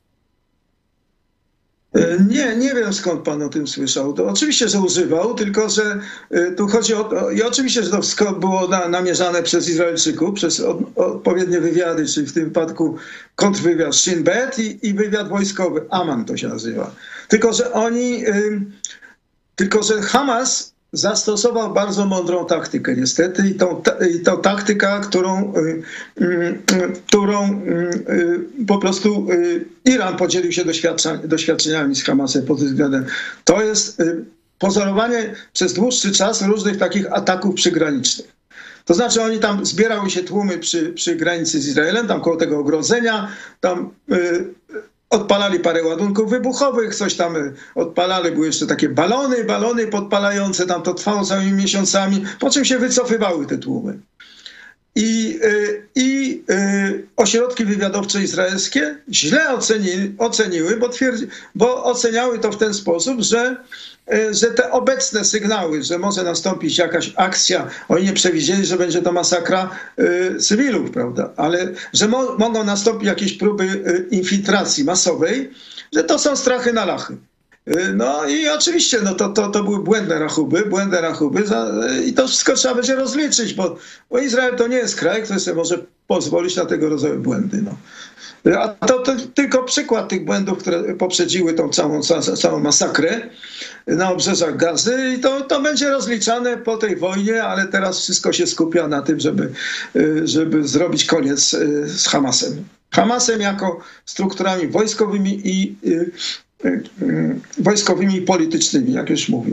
Nie, nie wiem skąd pan o tym słyszał. To oczywiście, że używał, tylko że tu chodzi o to, i oczywiście, że to wszystko było na, namierzane przez Izraelczyków, przez od, odpowiednie wywiady, czyli w tym wypadku kontrwywiad Shin Bet i, i wywiad wojskowy, Aman to się nazywa. Tylko, że oni, y, tylko, że Hamas zastosował bardzo mądrą taktykę niestety i tą, i tą taktyka, którą, y, y, którą y, po prostu y, Iran podzielił się doświadczeniami z Hamasem pod tym względem. To jest y, pozorowanie przez dłuższy czas różnych takich ataków przygranicznych. To znaczy oni tam zbierały się tłumy przy, przy granicy z Izraelem, tam koło tego ogrodzenia, tam y, odpalali parę ładunków wybuchowych, coś tam odpalali, były jeszcze takie balony, balony podpalające, tam to trwało całymi miesiącami, po czym się wycofywały te tłumy. I, i ośrodki wywiadowcze izraelskie źle oceni, oceniły, bo, twierdzi, bo oceniały to w ten sposób, że, że te obecne sygnały, że może nastąpić jakaś akcja, oni nie przewidzieli, że będzie to masakra y, cywilów, prawda, ale że mo mogą nastąpić jakieś próby y, infiltracji masowej, że to są strachy na lachy. No i oczywiście no to, to, to były błędne rachuby, błędne rachuby za, i to wszystko trzeba będzie rozliczyć, bo, bo Izrael to nie jest kraj, który sobie może pozwolić na tego rodzaju błędy. No. A to, to tylko przykład tych błędów, które poprzedziły tą całą, całą masakrę na obrzeżach Gazy i to, to będzie rozliczane po tej wojnie, ale teraz wszystko się skupia na tym, żeby, żeby zrobić koniec z Hamasem. Hamasem jako strukturami wojskowymi i wojskowymi i politycznymi, jak już mówię.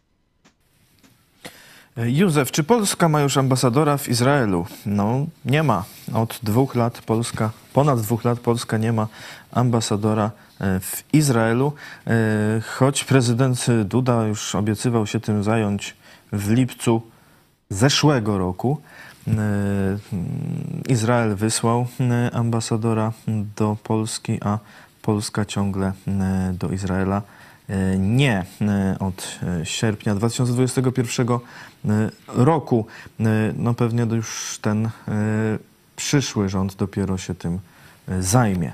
Józef, czy Polska ma już ambasadora w Izraelu? No, nie ma. Od dwóch lat Polska, ponad dwóch lat Polska nie ma ambasadora w Izraelu, choć prezydent Duda już obiecywał się tym zająć w lipcu zeszłego roku. Izrael wysłał ambasadora do Polski, a Polska ciągle do Izraela nie. Od sierpnia dwa tysiące dwudziestego pierwszego roku. No pewnie już ten przyszły rząd dopiero się tym zajmie.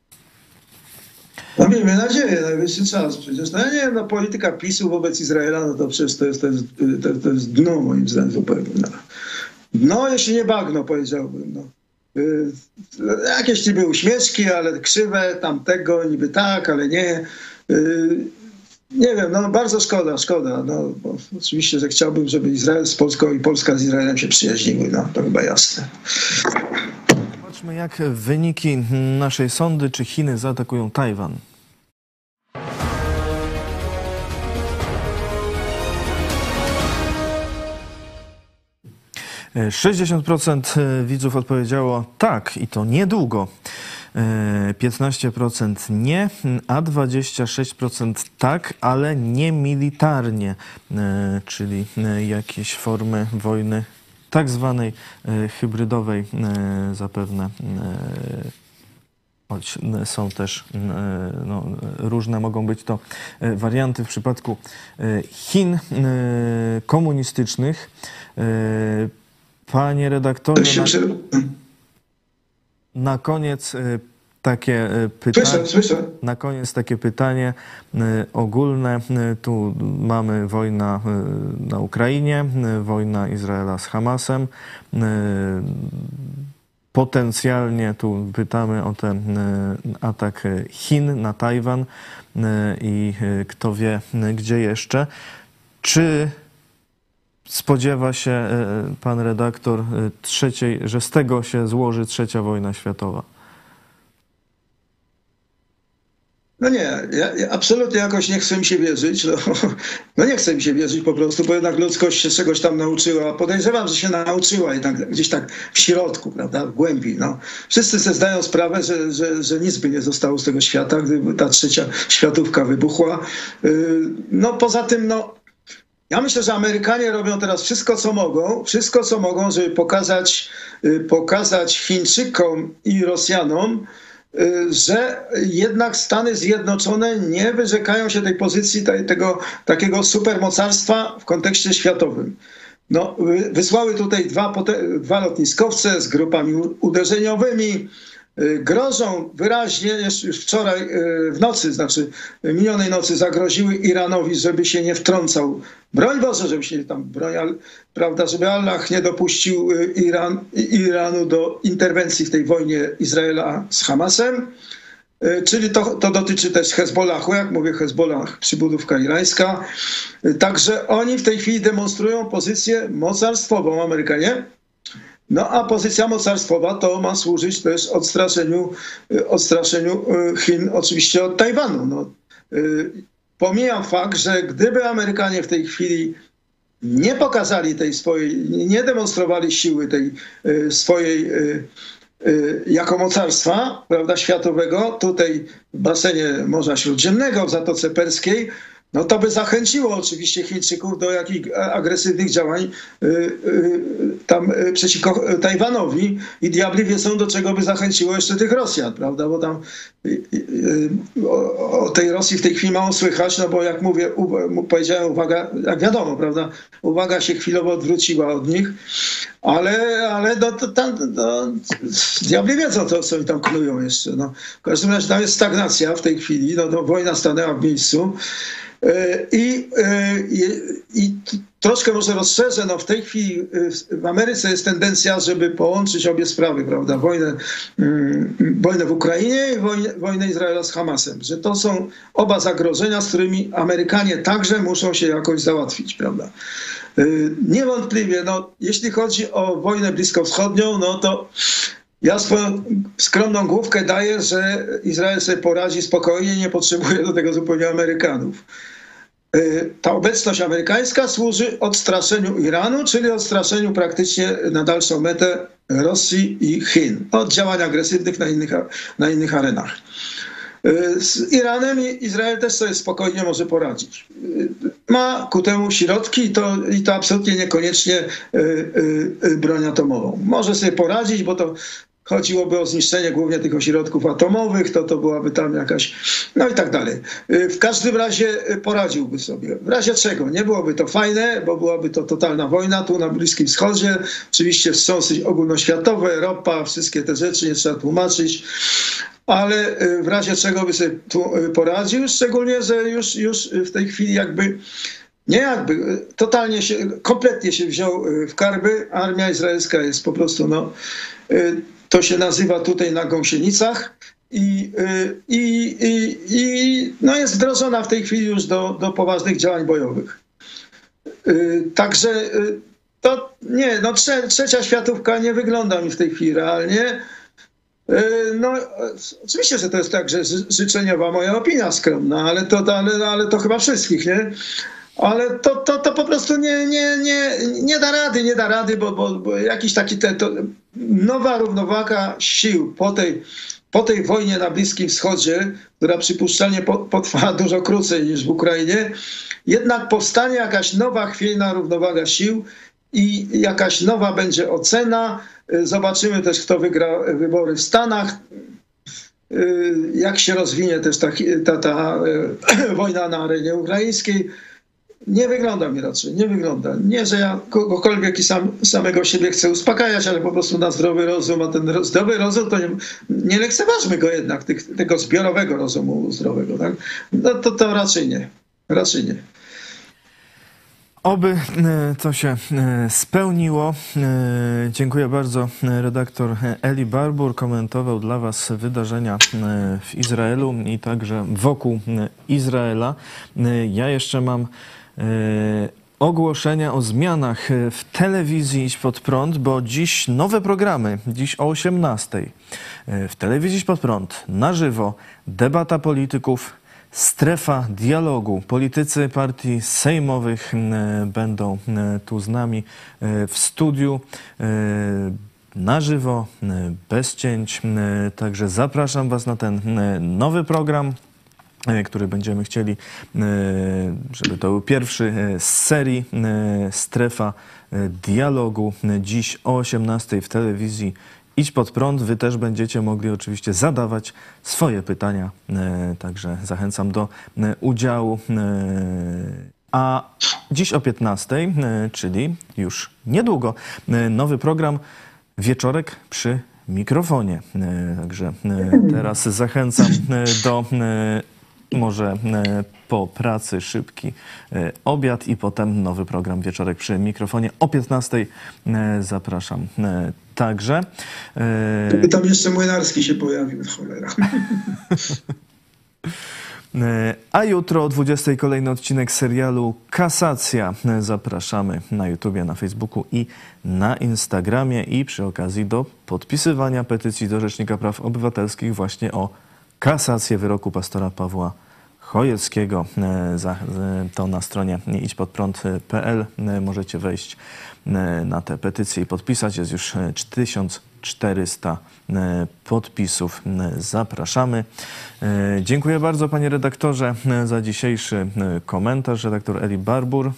No miejmy nadzieję, najwyższy czas przecież. No ja nie wiem, no polityka PiSu wobec Izraela, no to przecież to jest, to jest, to, to jest dno moim zdaniem zupełnie. No, no jeśli nie bagno, powiedziałbym. No. Jakieś niby uśmieszki, ale krzywe, tamtego niby tak, ale nie. Nie wiem, no bardzo szkoda, szkoda. No, bo oczywiście, że chciałbym, żeby Izrael z Polską i Polska z Izraelem się przyjaźniły, no to chyba jasne. Zobaczmy, jak wyniki naszej sondy, czy Chiny zaatakują Tajwan. sześćdziesiąt procent widzów odpowiedziało tak i to niedługo. piętnaście procent nie, a dwadzieścia sześć procent tak, ale nie militarnie, czyli jakieś formy wojny tak zwanej hybrydowej zapewne, choć są też no, różne, mogą być to warianty w przypadku Chin komunistycznych. Panie redaktorze, na, na koniec takie pytanie. Słyszę, słyszę. Na koniec takie pytanie ogólne. Tu mamy wojna na Ukrainie, wojna Izraela z Hamasem. Potencjalnie tu pytamy o ten atak Chin na Tajwan i kto wie gdzie jeszcze. Czy spodziewa się pan redaktor trzeciej, że z tego się złoży trzecia wojna światowa? No nie, ja, ja absolutnie jakoś nie chcę mi się wierzyć. No, no nie chcę mi się wierzyć po prostu, bo jednak ludzkość się czegoś tam nauczyła. Podejrzewam, że się nauczyła i tak, gdzieś tak w środku, prawda, w głębi. No. Wszyscy sobie zdają sprawę, że, że, że nic by nie zostało z tego świata, gdyby ta trzecia światówka wybuchła. No poza tym, no ja myślę, że Amerykanie robią teraz wszystko, co mogą, wszystko, co mogą, żeby pokazać, pokazać Chińczykom i Rosjanom, że jednak Stany Zjednoczone nie wyrzekają się tej pozycji tego takiego supermocarstwa w kontekście światowym. No, wysłały tutaj dwa, dwa lotniskowce z grupami uderzeniowymi, grożą wyraźnie, już wczoraj w nocy, znaczy minionej nocy zagroziły Iranowi, żeby się nie wtrącał. Broń Boże, żeby się tam broń, prawda, żeby Allah nie dopuścił Iran, Iranu do interwencji w tej wojnie Izraela z Hamasem. Czyli to, to dotyczy też Hezbollahu, jak mówię, Hezbollah, przybudówka irańska. Także oni w tej chwili demonstrują pozycję mocarstwową, Amerykanie. No a pozycja mocarstwowa to ma służyć też odstraszeniu, odstraszeniu Chin oczywiście od Tajwanu. No, pomijam fakt, że gdyby Amerykanie w tej chwili nie pokazali tej swojej, nie demonstrowali siły tej swojej jako mocarstwa, prawda, światowego, tutaj w basenie Morza Śródziemnego, w Zatoce Perskiej, no to by zachęciło oczywiście Chińczyków do jakichś agresywnych działań y, y, tam y, przeciwko Tajwanowi i diabli wiedzą, do czego by zachęciło jeszcze tych Rosjan, prawda, bo tam y, y, o, o tej Rosji w tej chwili mało słychać, no bo jak mówię, u, powiedziałem, uwaga, jak wiadomo, prawda, uwaga się chwilowo odwróciła od nich, ale, ale do, do, tam, do, diabli wiedzą, to, co oni tam knują jeszcze. No. W każdym razie tam jest stagnacja w tej chwili, no, no, wojna stanęła w miejscu. I, i, i troszkę może rozszerzę, no w tej chwili w Ameryce jest tendencja, żeby połączyć obie sprawy, prawda, wojnę, wojnę w Ukrainie i wojnę, wojnę Izraela z Hamasem, że to są oba zagrożenia, z którymi Amerykanie także muszą się jakoś załatwić, prawda. Niewątpliwie, no jeśli chodzi o wojnę bliskowschodnią, no to ja swoją skromną główkę daję, że Izrael sobie poradzi spokojnie, nie potrzebuje do tego zupełnie Amerykanów. Ta obecność amerykańska służy odstraszeniu Iranu, czyli odstraszeniu praktycznie na dalszą metę Rosji i Chin od działań agresywnych na innych, na innych arenach. Z Iranem Izrael też sobie spokojnie może poradzić. Ma ku temu środki i to, i to absolutnie niekoniecznie broń atomową. Może sobie poradzić, bo to chodziłoby o zniszczenie głównie tych ośrodków atomowych, to to byłaby tam jakaś, no i tak dalej. W każdym razie poradziłby sobie. W razie czego? Nie byłoby to fajne, bo byłaby to totalna wojna tu na Bliskim Wschodzie. Oczywiście wstrząsy ogólnoświatowe, ropa, wszystkie te rzeczy nie trzeba tłumaczyć. Ale w razie czego by sobie tu poradził, szczególnie, że już, już w tej chwili jakby, nie jakby, totalnie się, kompletnie się wziął w karby. Armia izraelska jest po prostu, no, to się nazywa tutaj na gąsienicach i, i, i, i no jest wdrożona w tej chwili już do, do poważnych działań bojowych. Także to nie, no trze, trzecia światówka nie wygląda mi w tej chwili realnie. No, oczywiście, że to jest tak, że życzeniowa moja opinia skromna, ale to, ale, ale to chyba wszystkich, nie? Ale to, to, to po prostu nie, nie, nie, nie da rady, nie da rady, bo, bo, bo jakiś taki te, to, nowa równowaga sił po tej, po tej wojnie na Bliskim Wschodzie, która przypuszczalnie potrwa dużo krócej niż w Ukrainie, jednak powstanie jakaś nowa chwiejna równowaga sił i jakaś nowa będzie ocena. Zobaczymy też, kto wygra wybory w Stanach, jak się rozwinie też ta, ta, ta wojna na arenie ukraińskiej. Nie wygląda mi raczej, nie wygląda. Nie, że ja kogokolwiek i sam, samego siebie chcę uspokajać, ale po prostu na zdrowy rozum, a ten zdrowy rozum to nie, nie lekceważmy go jednak, tych, tego zbiorowego rozumu zdrowego. Tak? No to, to raczej nie, raczej nie. Oby to się spełniło. Dziękuję bardzo. Redaktor Eli Barbour komentował dla Was wydarzenia w Izraelu i także wokół Izraela. Ja jeszcze mam ogłoszenia o zmianach w telewizji Idź Pod Prąd, bo dziś nowe programy, dziś o osiemnastej. W telewizji Idź Pod Prąd na żywo debata polityków, strefa dialogu. Politycy partii sejmowych będą tu z nami w studiu na żywo, bez cięć. Także zapraszam Was na ten nowy program, który będziemy chcieli, żeby to był pierwszy z serii Strefa Dialogu. Dziś o osiemnastej w telewizji Idź Pod Prąd. Wy też będziecie mogli oczywiście zadawać swoje pytania, także zachęcam do udziału. A dziś o piętnastej, czyli już niedługo, nowy program Wieczorek przy mikrofonie. Także teraz zachęcam do może po pracy szybki obiad i potem nowy program Wieczorek przy mikrofonie o piętnastej. Zapraszam także. Gdyby tam jeszcze Młynarski się pojawił, cholera. A jutro o dwudziestej kolejny odcinek serialu Kasacja. Zapraszamy na YouTubie, na Facebooku i na Instagramie i przy okazji do podpisywania petycji do Rzecznika Praw Obywatelskich właśnie o kasację wyroku pastora Pawła Chojeckiego. To na stronie idź pod prąd kropka p l możecie wejść na tę petycję i podpisać. Jest już tysiąc czterysta podpisów. Zapraszamy. Dziękuję bardzo, panie redaktorze, za dzisiejszy komentarz. Redaktor Eli Barbur.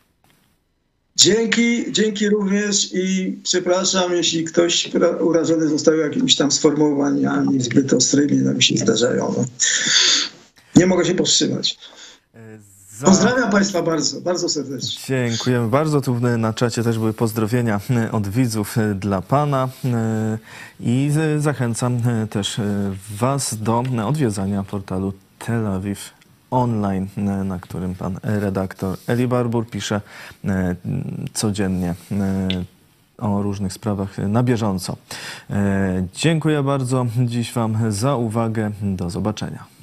Dzięki, dzięki również i przepraszam, jeśli ktoś urażony został jakimiś tam sformułowaniami zbyt ostrymi, no mi się zdarzają. No. Nie mogę się powstrzymać. Pozdrawiam Państwa bardzo, bardzo serdecznie. Dziękujemy bardzo. Tu na czacie też były pozdrowienia od widzów dla Pana i zachęcam też Was do odwiedzania portalu Tel Awiw Online, na którym pan redaktor Eli Barbur pisze codziennie o różnych sprawach na bieżąco. Dziękuję bardzo dziś Wam za uwagę. Do zobaczenia.